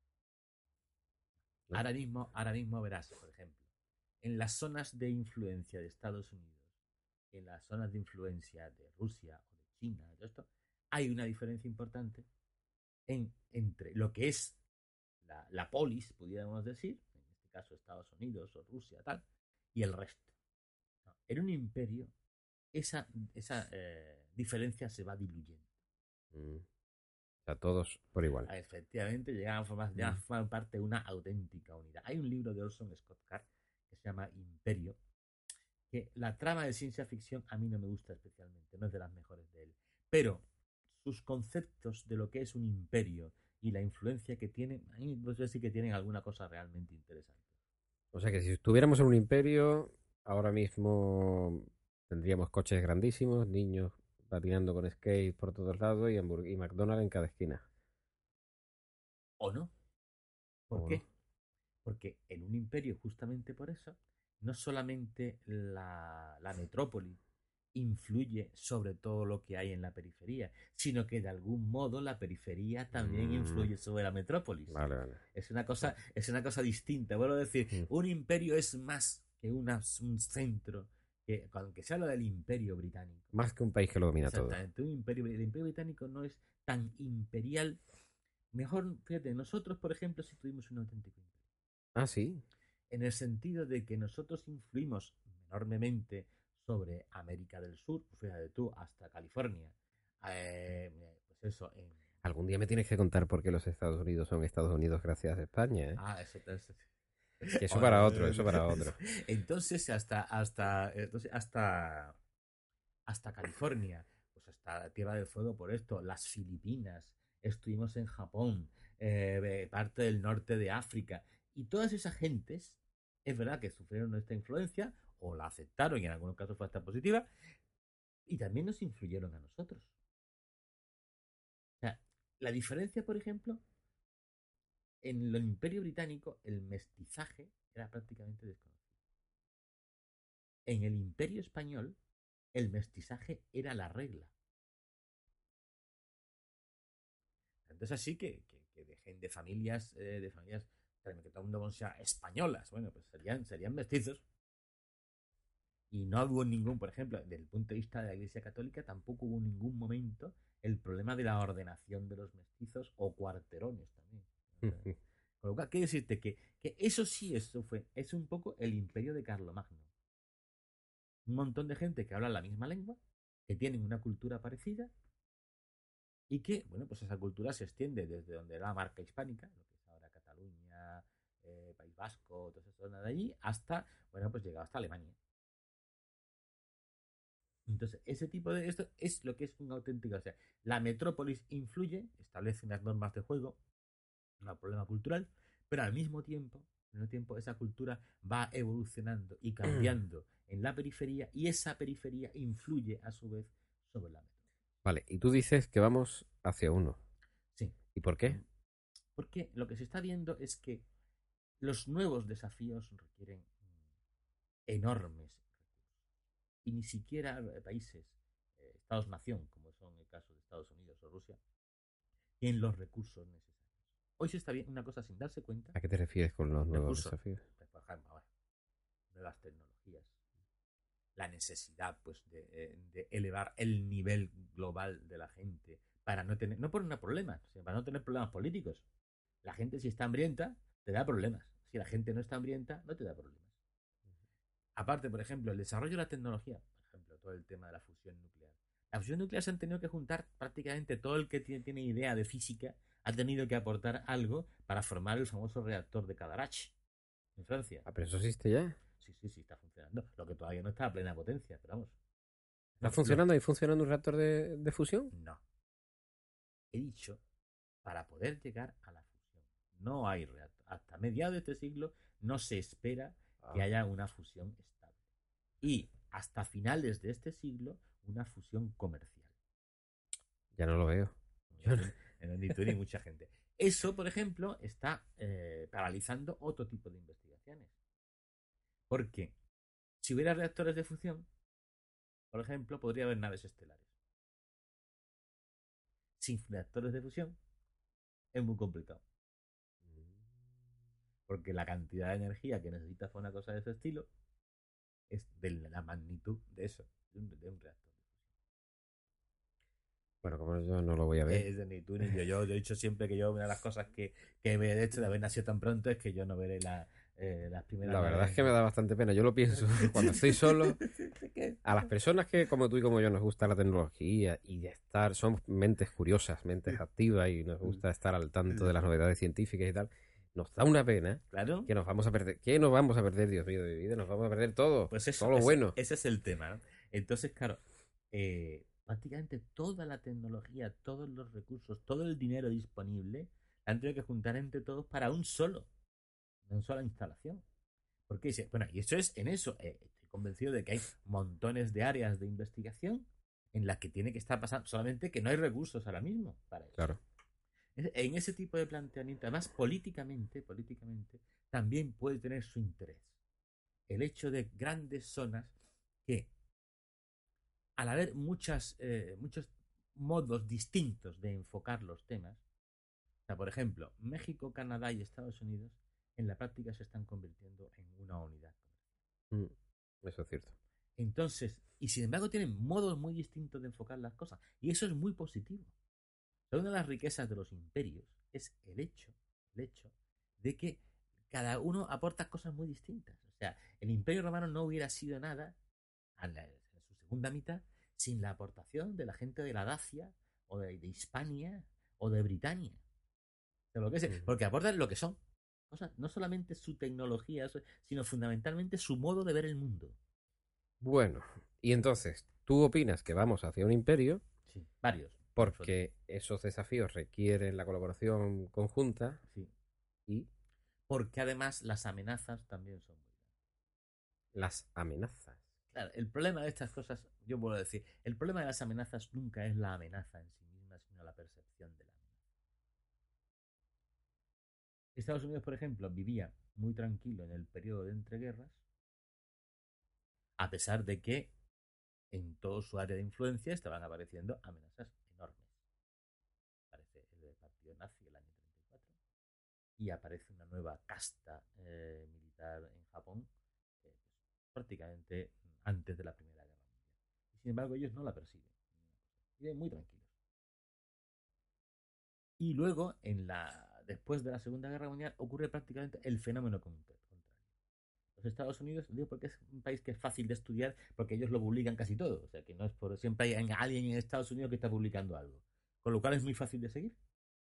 ¿No? ahora mismo verás, por ejemplo, en las zonas de influencia de Estados Unidos, en las zonas de influencia de Rusia o de China, de todo esto, hay una diferencia importante entre lo que es la polis, pudiéramos decir, en este caso Estados Unidos o Rusia, tal, y el resto. ¿No? En un imperio, esa diferencia se va diluyendo. Mm. O sea, todos por igual. Efectivamente, llegan a formar parte de una auténtica unidad. Hay un libro de Orson Scott Card que se llama Imperio, que la trama de ciencia ficción a mí no me gusta especialmente, no es de las mejores de él. Pero sus conceptos de lo que es un imperio y la influencia que tienen, a mí pues sí que tienen alguna cosa realmente interesante. O sea que si estuviéramos en un imperio, ahora mismo tendríamos coches grandísimos, niños patinando con skate por todos lados y McDonald's en cada esquina. ¿O no? ¿Por ¿O no? qué? Porque en un imperio, justamente por eso, no solamente la metrópoli influye sobre todo lo que hay en la periferia, sino que de algún modo la periferia también Mm, influye sobre la metrópolis. vale, vale. Es una cosa distinta. Vuelvo a decir, Mm. un imperio es más que un centro. Que, aunque se habla del imperio británico, Más que un país que lo domina todo. exactamente, el imperio británico no es tan imperial. Mejor, fíjate, nosotros, por ejemplo, si tuvimos un auténtico imperio Ah, sí. en el sentido de que nosotros influimos enormemente sobre América del Sur, fíjate tú, hasta California. Pues eso, Algún día me tienes que contar por qué los Estados Unidos son Estados Unidos gracias a España, ¿eh? eso. Que eso para otro, eso para otro. Entonces, hasta California, pues hasta Tierra del Fuego por esto, las Filipinas, estuvimos en Japón, parte del norte de África, y todas esas gentes, es verdad que sufrieron nuestra influencia, o la aceptaron, y en algunos casos fue hasta positiva, y también nos influyeron a nosotros. O sea, la diferencia, por ejemplo, en el Imperio Británico, el mestizaje era prácticamente desconocido. En el Imperio Español, el mestizaje era la regla. Entonces así que dejen de familias que todo el mundo sea españolas, bueno, pues serían mestizos. Y no hubo ningún, por ejemplo, desde el punto de vista de la Iglesia Católica, tampoco hubo ningún momento el problema de la ordenación de los mestizos o cuarterones también. Con lo cual, quiero decirte que eso sí, es un poco el imperio de Carlomagno. Un montón de gente que habla la misma lengua, que tienen una cultura parecida y que, bueno, pues esa cultura se extiende desde donde era la marca hispánica, lo que es ahora Cataluña, País Vasco, toda esa zona de allí, hasta, bueno, pues llegado hasta Alemania. Entonces, ese tipo de esto es lo que es un auténtico. O sea, la metrópolis influye, establece unas normas de juego, un problema cultural, pero al mismo tiempo, esa cultura va evolucionando y cambiando en la periferia y esa periferia influye a su vez sobre la metrópolis. Vale, y tú dices que vamos hacia uno. Sí. ¿Y por qué? Porque lo que se está viendo es que los nuevos desafíos requieren enormes recursos. Y ni siquiera países, estados-nación, como son el caso de Estados Unidos o Rusia, tienen los recursos necesarios. Hoy se está viendo una cosa sin darse cuenta. ¿A qué te refieres con los nuevos Recursos, desafíos? pues, por ejemplo, ahora, nuevas tecnologías, la necesidad pues, de elevar el nivel global de la gente para no tener, no por un problema, sino para no tener problemas políticos. La gente, si está hambrienta, te da problemas. Si la gente no está hambrienta, no te da problemas. Aparte, por ejemplo, el desarrollo de la tecnología, por ejemplo, todo el tema de la fusión nuclear. La fusión nuclear se han tenido que juntar prácticamente todo el que tiene idea de física, ha tenido que aportar algo para formar el famoso reactor de Cadarache en Francia. Ah, pero eso existe ya. Sí, sí, sí, está funcionando. Lo que todavía no está a plena potencia, pero vamos. ¿Está funcionando? ¿Ahí funcionando un reactor de fusión? No. He dicho, para poder llegar a la fusión. No hay reactor. Hasta mediados de este siglo no se espera que haya una fusión estable. Y hasta finales de este siglo, una fusión comercial. Ya no lo veo. Ni tú ni mucha gente. Eso, por ejemplo, está paralizando otro tipo de investigaciones. Porque si hubiera reactores de fusión, por ejemplo, podría haber naves estelares. Sin reactores de fusión es muy complicado. Porque la cantidad de energía que necesitas para una cosa de ese estilo es de la magnitud de eso, de un reactor. Bueno, como yo no lo voy a ver. Es de ni tú ni yo. Yo he dicho siempre que yo, una de las cosas que me he hecho de haber nacido tan pronto es que yo no veré las primeras. La verdad es que me da bastante pena. Yo lo pienso cuando estoy solo. A las personas que, como tú y como yo, nos gusta la tecnología y de estar, somos mentes curiosas, mentes activas y nos gusta estar al tanto de las novedades científicas y tal, nos da una pena Claro. que nos vamos a perder. ¿Qué nos vamos a perder, Dios mío, de mi vida? Nos vamos a perder todo. Pues eso, todo lo bueno. Ese es el tema, ¿no? Entonces, claro, prácticamente toda la tecnología, todos los recursos, todo el dinero disponible, han tenido que juntar entre todos para una sola instalación. Porque dice, bueno, y eso es en eso. Estoy convencido de que hay montones de áreas de investigación en las que tiene que estar pasando, solamente que no hay recursos ahora mismo para eso. Claro. En ese tipo de planteamiento, además políticamente, también puede tener su interés. El hecho de grandes zonas que, al haber muchos modos distintos de enfocar los temas, o sea, por ejemplo, México, Canadá y Estados Unidos, en la práctica se están convirtiendo en una unidad. Eso es cierto. Entonces, y sin embargo tienen modos muy distintos de enfocar las cosas. Y eso es muy positivo. Una de las riquezas de los imperios es el hecho de que cada uno aporta cosas muy distintas. O sea, el imperio romano no hubiera sido nada en su segunda mitad sin la aportación de la gente de la Dacia o de Hispania o de Britania. Porque aportan lo que son. Cosas, no solamente su tecnología, sino fundamentalmente su modo de ver el mundo. Bueno, y entonces, ¿tú opinas que vamos hacia un imperio? Sí, varios. Porque esos desafíos requieren la colaboración conjunta. Sí. Y porque además las amenazas también son muy grandes. Las amenazas. Claro, el problema de estas cosas, yo puedo decir, el problema de las amenazas nunca es la amenaza en sí misma, sino la percepción de la amenaza. Estados Unidos, por ejemplo, vivía muy tranquilo en el periodo de entreguerras, a pesar de que en todo su área de influencia estaban apareciendo amenazas enormes. Aparece el partido nazi el año 34 y aparece una nueva casta militar en Japón prácticamente antes de la Primera Guerra Mundial. Y sin embargo, ellos no la persiguen. Viven muy tranquilos. Y luego, después de la Segunda Guerra Mundial, ocurre prácticamente el fenómeno contrario. Los Estados Unidos, digo porque es un país que es fácil de estudiar, porque ellos lo publican casi todo. O sea, que no es por siempre hay alguien en Estados Unidos que está publicando algo. Con lo cual es muy fácil de seguir.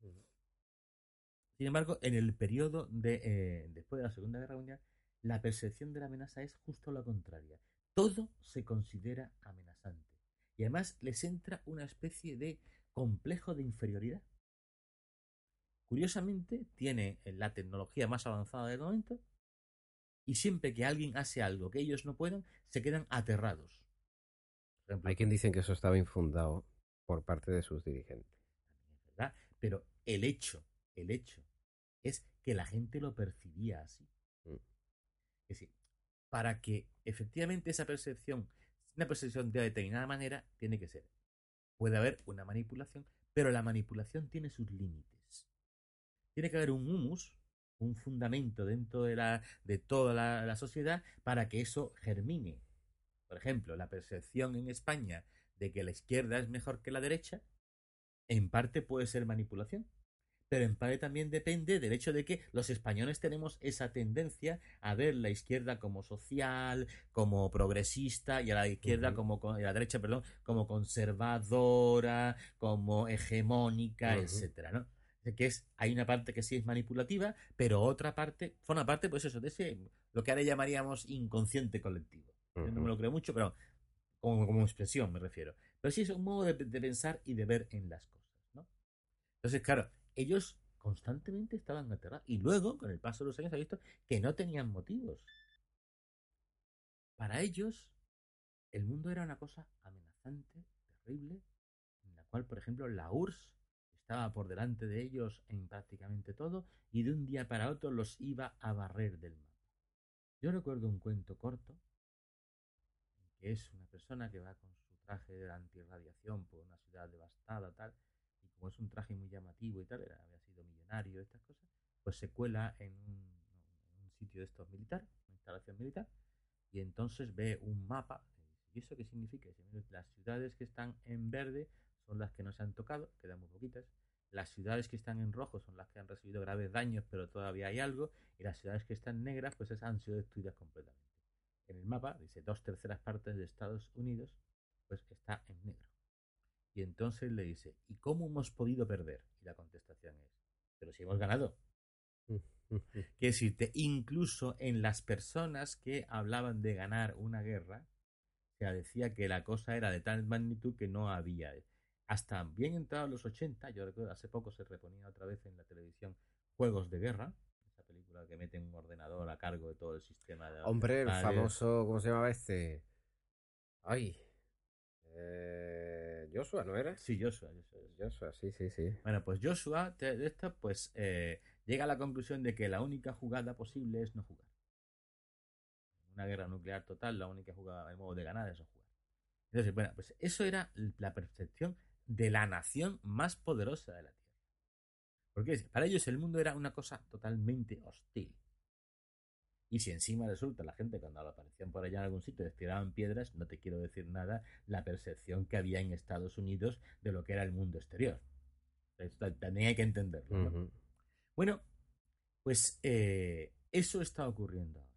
Sin embargo, en el periodo después de la Segunda Guerra Mundial, la percepción de la amenaza es justo lo contraria. Todo se considera amenazante. Y además les entra una especie de complejo de inferioridad. Curiosamente, tiene la tecnología más avanzada del momento y siempre que alguien hace algo que ellos no puedan, se quedan aterrados. Por ejemplo, hay quien dice que eso estaba infundado por parte de sus dirigentes. ¿Verdad? Pero el hecho es que la gente lo percibía así. Es decir, para que efectivamente esa percepción, una percepción de determinada manera, tiene que ser. Puede haber una manipulación, pero la manipulación tiene sus límites. Tiene que haber un humus, un fundamento dentro de toda la sociedad para que eso germine. Por ejemplo, la percepción en España de que la izquierda es mejor que la derecha En parte puede ser manipulación, pero en parte también depende del hecho de que los españoles tenemos esa tendencia a ver la izquierda como social, como progresista, y a la izquierda Ujú, como, a la derecha, perdón, como conservadora, como hegemónica, ujú, etcétera, ¿no? Que es, hay una parte que sí es manipulativa, pero otra parte, forma parte, pues eso, de ese, lo que ahora llamaríamos inconsciente colectivo. Yo no me ujú. lo creo mucho, pero como expresión me refiero. Pero sí es un modo de pensar y de ver en las cosas, ¿no? Entonces, claro, ellos constantemente estaban aterrados. Y luego, con el paso de los años, se ha visto que no tenían motivos. Para ellos, el mundo era una cosa amenazante, terrible, en la cual, por ejemplo, la URSS estaba por delante de ellos en prácticamente todo y de un día para otro los iba a barrer del mapa. Yo recuerdo un cuento corto, que es una persona que va con su traje de antirradiación por una ciudad devastada, tal, y como es un traje muy llamativo y tal, había sido millonario, estas cosas, pues se cuela en un sitio de estos militar, una instalación militar, y entonces ve un mapa. ¿Y eso qué significa? Las ciudades que están en verde son las que no se han tocado, quedan muy poquitas. Las ciudades que están en rojo son las que han recibido graves daños, pero todavía hay algo. Y las ciudades que están negras, pues esas han sido destruidas completamente. En el mapa dice 2/3 partes de Estados Unidos, pues está en negro. Y entonces le dice, ¿y cómo hemos podido perder? Y la contestación es, pero si hemos ganado. Quiere decirte, incluso en las personas que hablaban de ganar una guerra, se decía que la cosa era de tal magnitud que no había. Hasta bien entrados los 80, yo recuerdo, hace poco se reponía otra vez en la televisión Juegos de Guerra, esa película que mete un ordenador a cargo de todo el sistema de... Hombre, el Vale, famoso, ¿cómo se llamaba este? Ay, Joshua, ¿no era? sí, Joshua. Joshua, sí, sí, sí. Bueno, pues Joshua de esto, pues llega a la conclusión de que la única jugada posible es no jugar. En una guerra nuclear total, la única jugada, el modo de ganar es no jugar. Entonces, bueno, pues eso era la percepción de la nación más poderosa de la Tierra. Porque para ellos el mundo era una cosa totalmente hostil. Y si encima resulta la gente cuando aparecían por allá en algún sitio les tiraban piedras, no te quiero decir nada la percepción que había en Estados Unidos de lo que era el mundo exterior. Esto también hay que entenderlo, ¿no? Ujú. Bueno, pues eso está ocurriendo ahora.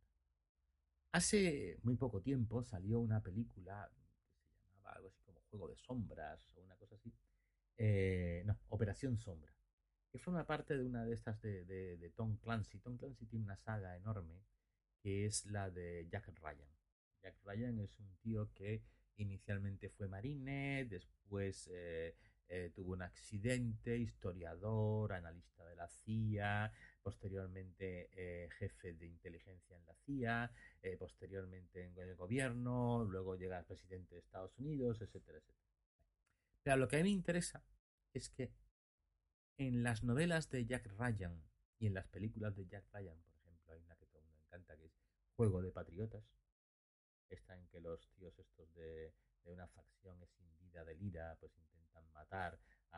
Hace muy poco tiempo salió una película que se llamaba algo así como Juego de Sombras o una cosa así. No, Operación Sombra, que forma parte de una de estas de Tom Clancy. Tom Clancy tiene una saga enorme que es la de Jack Ryan. Jack Ryan es un tío que inicialmente fue marine, después tuvo un accidente, historiador, analista de la CIA, posteriormente jefe de inteligencia en la CIA, posteriormente en el gobierno, luego llega al presidente de Estados Unidos, etcétera, etcétera. Pero lo que a mí me interesa es que en las novelas de Jack Ryan y en las películas de Jack Ryan, por ejemplo, hay una que todo el mundo encanta que es Juego de Patriotas, esta en que los tíos estos de una facción escindida del IRA pues intentan matar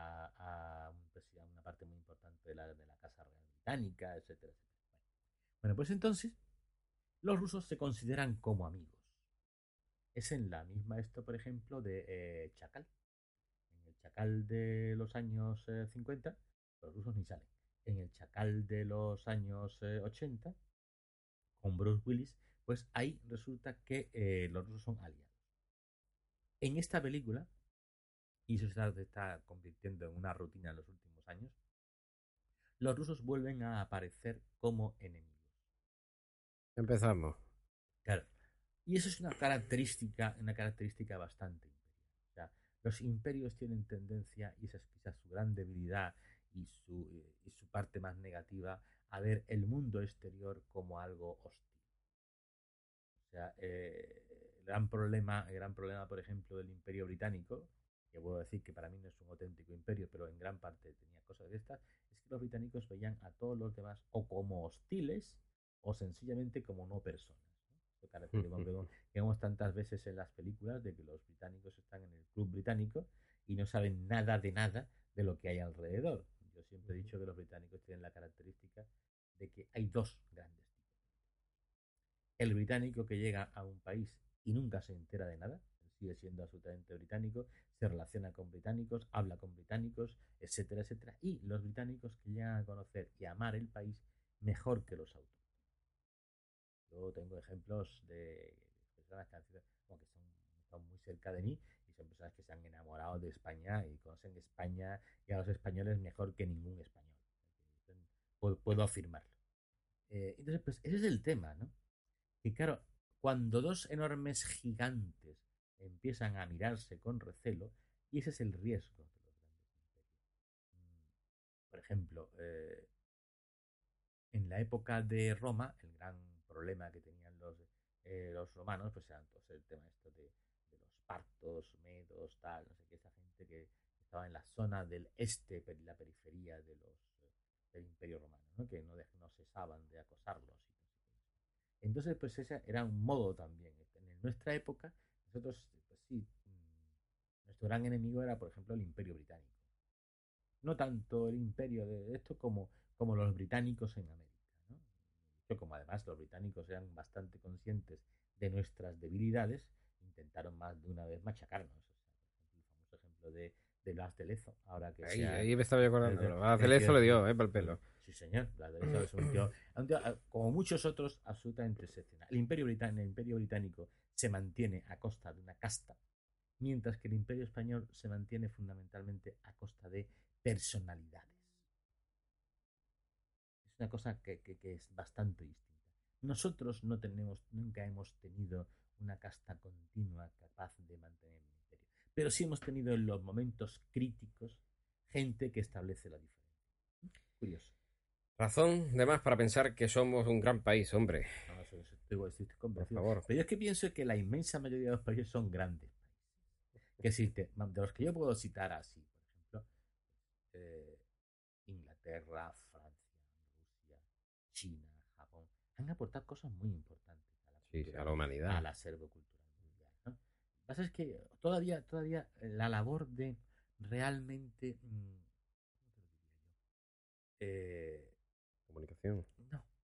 a una parte muy importante de la Casa Real Británica, etcétera, etcétera. Bueno, pues entonces los rusos se consideran como amigos. Es en la misma esto, por ejemplo, de Chacal. En el Chacal de los años 50, los rusos ni salen. En el Chacal de los años 80, con Bruce Willis, pues ahí resulta que los rusos son aliados. En esta película, y eso se está convirtiendo en una rutina en los últimos años, los rusos vuelven a aparecer como enemigos. Empezamos. Claro. Y eso es una característica bastante imperial. O sea, los imperios tienen tendencia, y esa es quizás su gran debilidad y su parte más negativa, a ver el mundo exterior como algo hostil. O sea, el gran problema, por ejemplo, del imperio británico, que puedo decir que para mí no es un auténtico imperio, pero en gran parte tenía cosas de estas, es que los británicos veían a todos los demás o como hostiles o sencillamente como no personas. ¿No? Característico que vemos tantas veces en las películas de que los británicos están en el club británico y no saben nada de lo que hay alrededor. Yo siempre he dicho que los británicos tienen la característica de que hay dos grandes tipos. El británico que llega a un país y nunca se entera de nada, sigue siendo absolutamente británico, se relaciona con británicos, habla con británicos, etcétera, etcétera. Y los británicos que llegan a conocer y amar el país mejor que los autóctonos. Yo tengo ejemplos de personas que, como que están muy cerca de mí y son personas que se han enamorado de España y conocen España y a los españoles mejor que ningún español. Puedo afirmarlo. Entonces, pues ese es el tema, ¿no? Y claro, cuando dos enormes gigantes empiezan a mirarse con recelo, y ese es el riesgo de los grandes imperios. Por ejemplo, en la época de Roma, el gran problema que tenían los romanos, pues era entonces el tema esto de los partos, medos, tal, no sé qué, esa gente que estaba en la zona del este, la periferia del Imperio Romano, ¿no? Que no cesaban de acosarlos. Entonces, pues ese era un modo también. En nuestra época, nosotros, pues sí, nuestro gran enemigo era, por ejemplo, el Imperio Británico. No tanto el imperio de esto como los británicos en América, ¿no? Yo, como además los británicos eran bastante conscientes de nuestras debilidades, intentaron más de una vez machacarnos. O sea, por ejemplo, el famoso ejemplo de Blas de Lezo, ahora que Ahí me estaba yo acordando. Blas de Lezo le dio, para el pelo. Sí, señor. Blas de Lezo es un tío, como muchos otros, absolutamente excepcional. El Imperio Británico se mantiene a costa de una casta, mientras que el Imperio Español se mantiene fundamentalmente a costa de personalidades. Es una cosa que es bastante distinta. Nosotros nunca hemos tenido una casta continua capaz de mantener el imperio, pero sí hemos tenido en los momentos críticos gente que establece la diferencia. Curioso. Razón de más para pensar que somos un gran país, hombre. No, estoy convencido. Por favor. Pero yo es que pienso que la inmensa mayoría de los países son grandes países. Que existe, de los que yo puedo citar así, por ejemplo, Inglaterra, Francia, Rusia, China, Japón, han aportado cosas muy importantes a la cultura, sí, a la humanidad, al acervo cultural mundial, ¿no? Lo que pasa es que todavía la labor de realmente, ¿cómo te lo diría yo? Comunicación. No,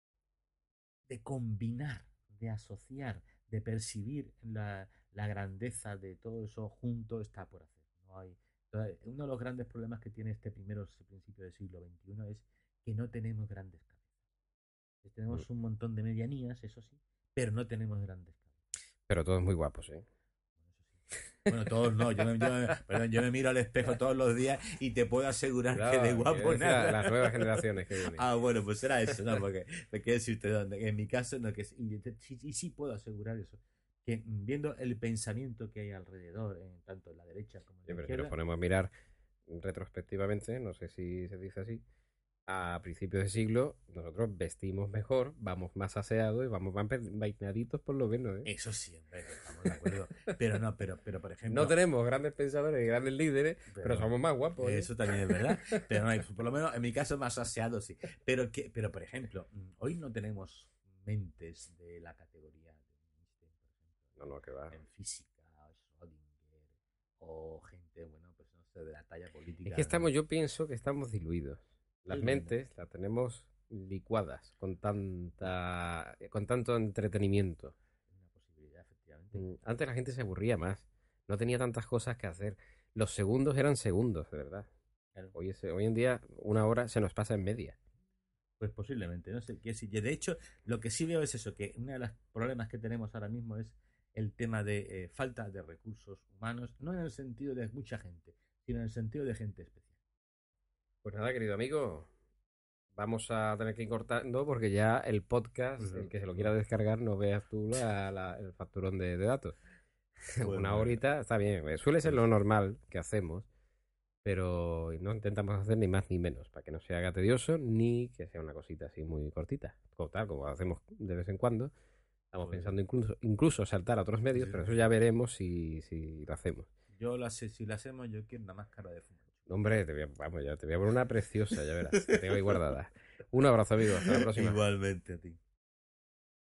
de combinar, de asociar, de percibir la grandeza de todo eso junto está por hacer. No hay, uno de los grandes problemas que tiene este principio del siglo XXI es que no tenemos grandes cabezas. Tenemos un montón de medianías, eso sí, pero no tenemos grandes cabezas. Pero todos muy guapos, ¿eh? Bueno, todos no. Yo me miro al espejo todos los días y te puedo asegurar que de guapo nada. Las nuevas generaciones que vienen. Ah, bueno, pues será eso, ¿no? Porque me quiero decirte, en mi caso, no, y sí puedo asegurar eso. Que viendo el pensamiento que hay alrededor, tanto en la derecha como en la izquierda. Si nos ponemos a mirar retrospectivamente, no sé si se dice así, a principios de siglo nosotros vestimos mejor, vamos más aseados y vamos más peinaditos por lo menos, ¿eh? Eso sí, hombre, estamos de acuerdo. Pero no, pero por ejemplo... No tenemos grandes pensadores y grandes líderes, pero somos más guapos, ¿eh? Eso también es verdad. Pero no, por lo menos en mi caso más aseado, sí. Pero por ejemplo, hoy no tenemos mentes de la categoría de Einstein, por ejemplo. No, que va. En física, Schrödinger, o gente, bueno, pues no sé, de la talla política. Es que yo pienso que estamos diluidos. Las mentes las tenemos licuadas con tanto entretenimiento. Una posibilidad, efectivamente. Antes la gente se aburría más. No tenía tantas cosas que hacer. Los segundos eran segundos, de verdad. Claro. Hoy en día una hora se nos pasa en media. Pues posiblemente, no sé qué sí. De hecho, lo que sí veo es eso, que uno de los problemas que tenemos ahora mismo es el tema de falta de recursos humanos, no en el sentido de mucha gente, sino en el sentido de gente especial. Pues nada, querido amigo, vamos a tener que ir cortando porque ya el podcast, el que se lo quiera descargar, no veas tú el facturón de datos. Bueno, una horita está bien, suele ser lo normal que hacemos, pero no intentamos hacer ni más ni menos, para que no se haga tedioso ni que sea una cosita así muy cortita, como hacemos de vez en cuando. Estamos pensando incluso saltar a otros medios, pero eso ya veremos si lo hacemos. Si lo hacemos, yo quiero una máscara de fumo. Hombre, te voy a poner una preciosa, ya verás, que tengo ahí guardada. Un abrazo, amigo. Hasta la próxima. Igualmente a ti.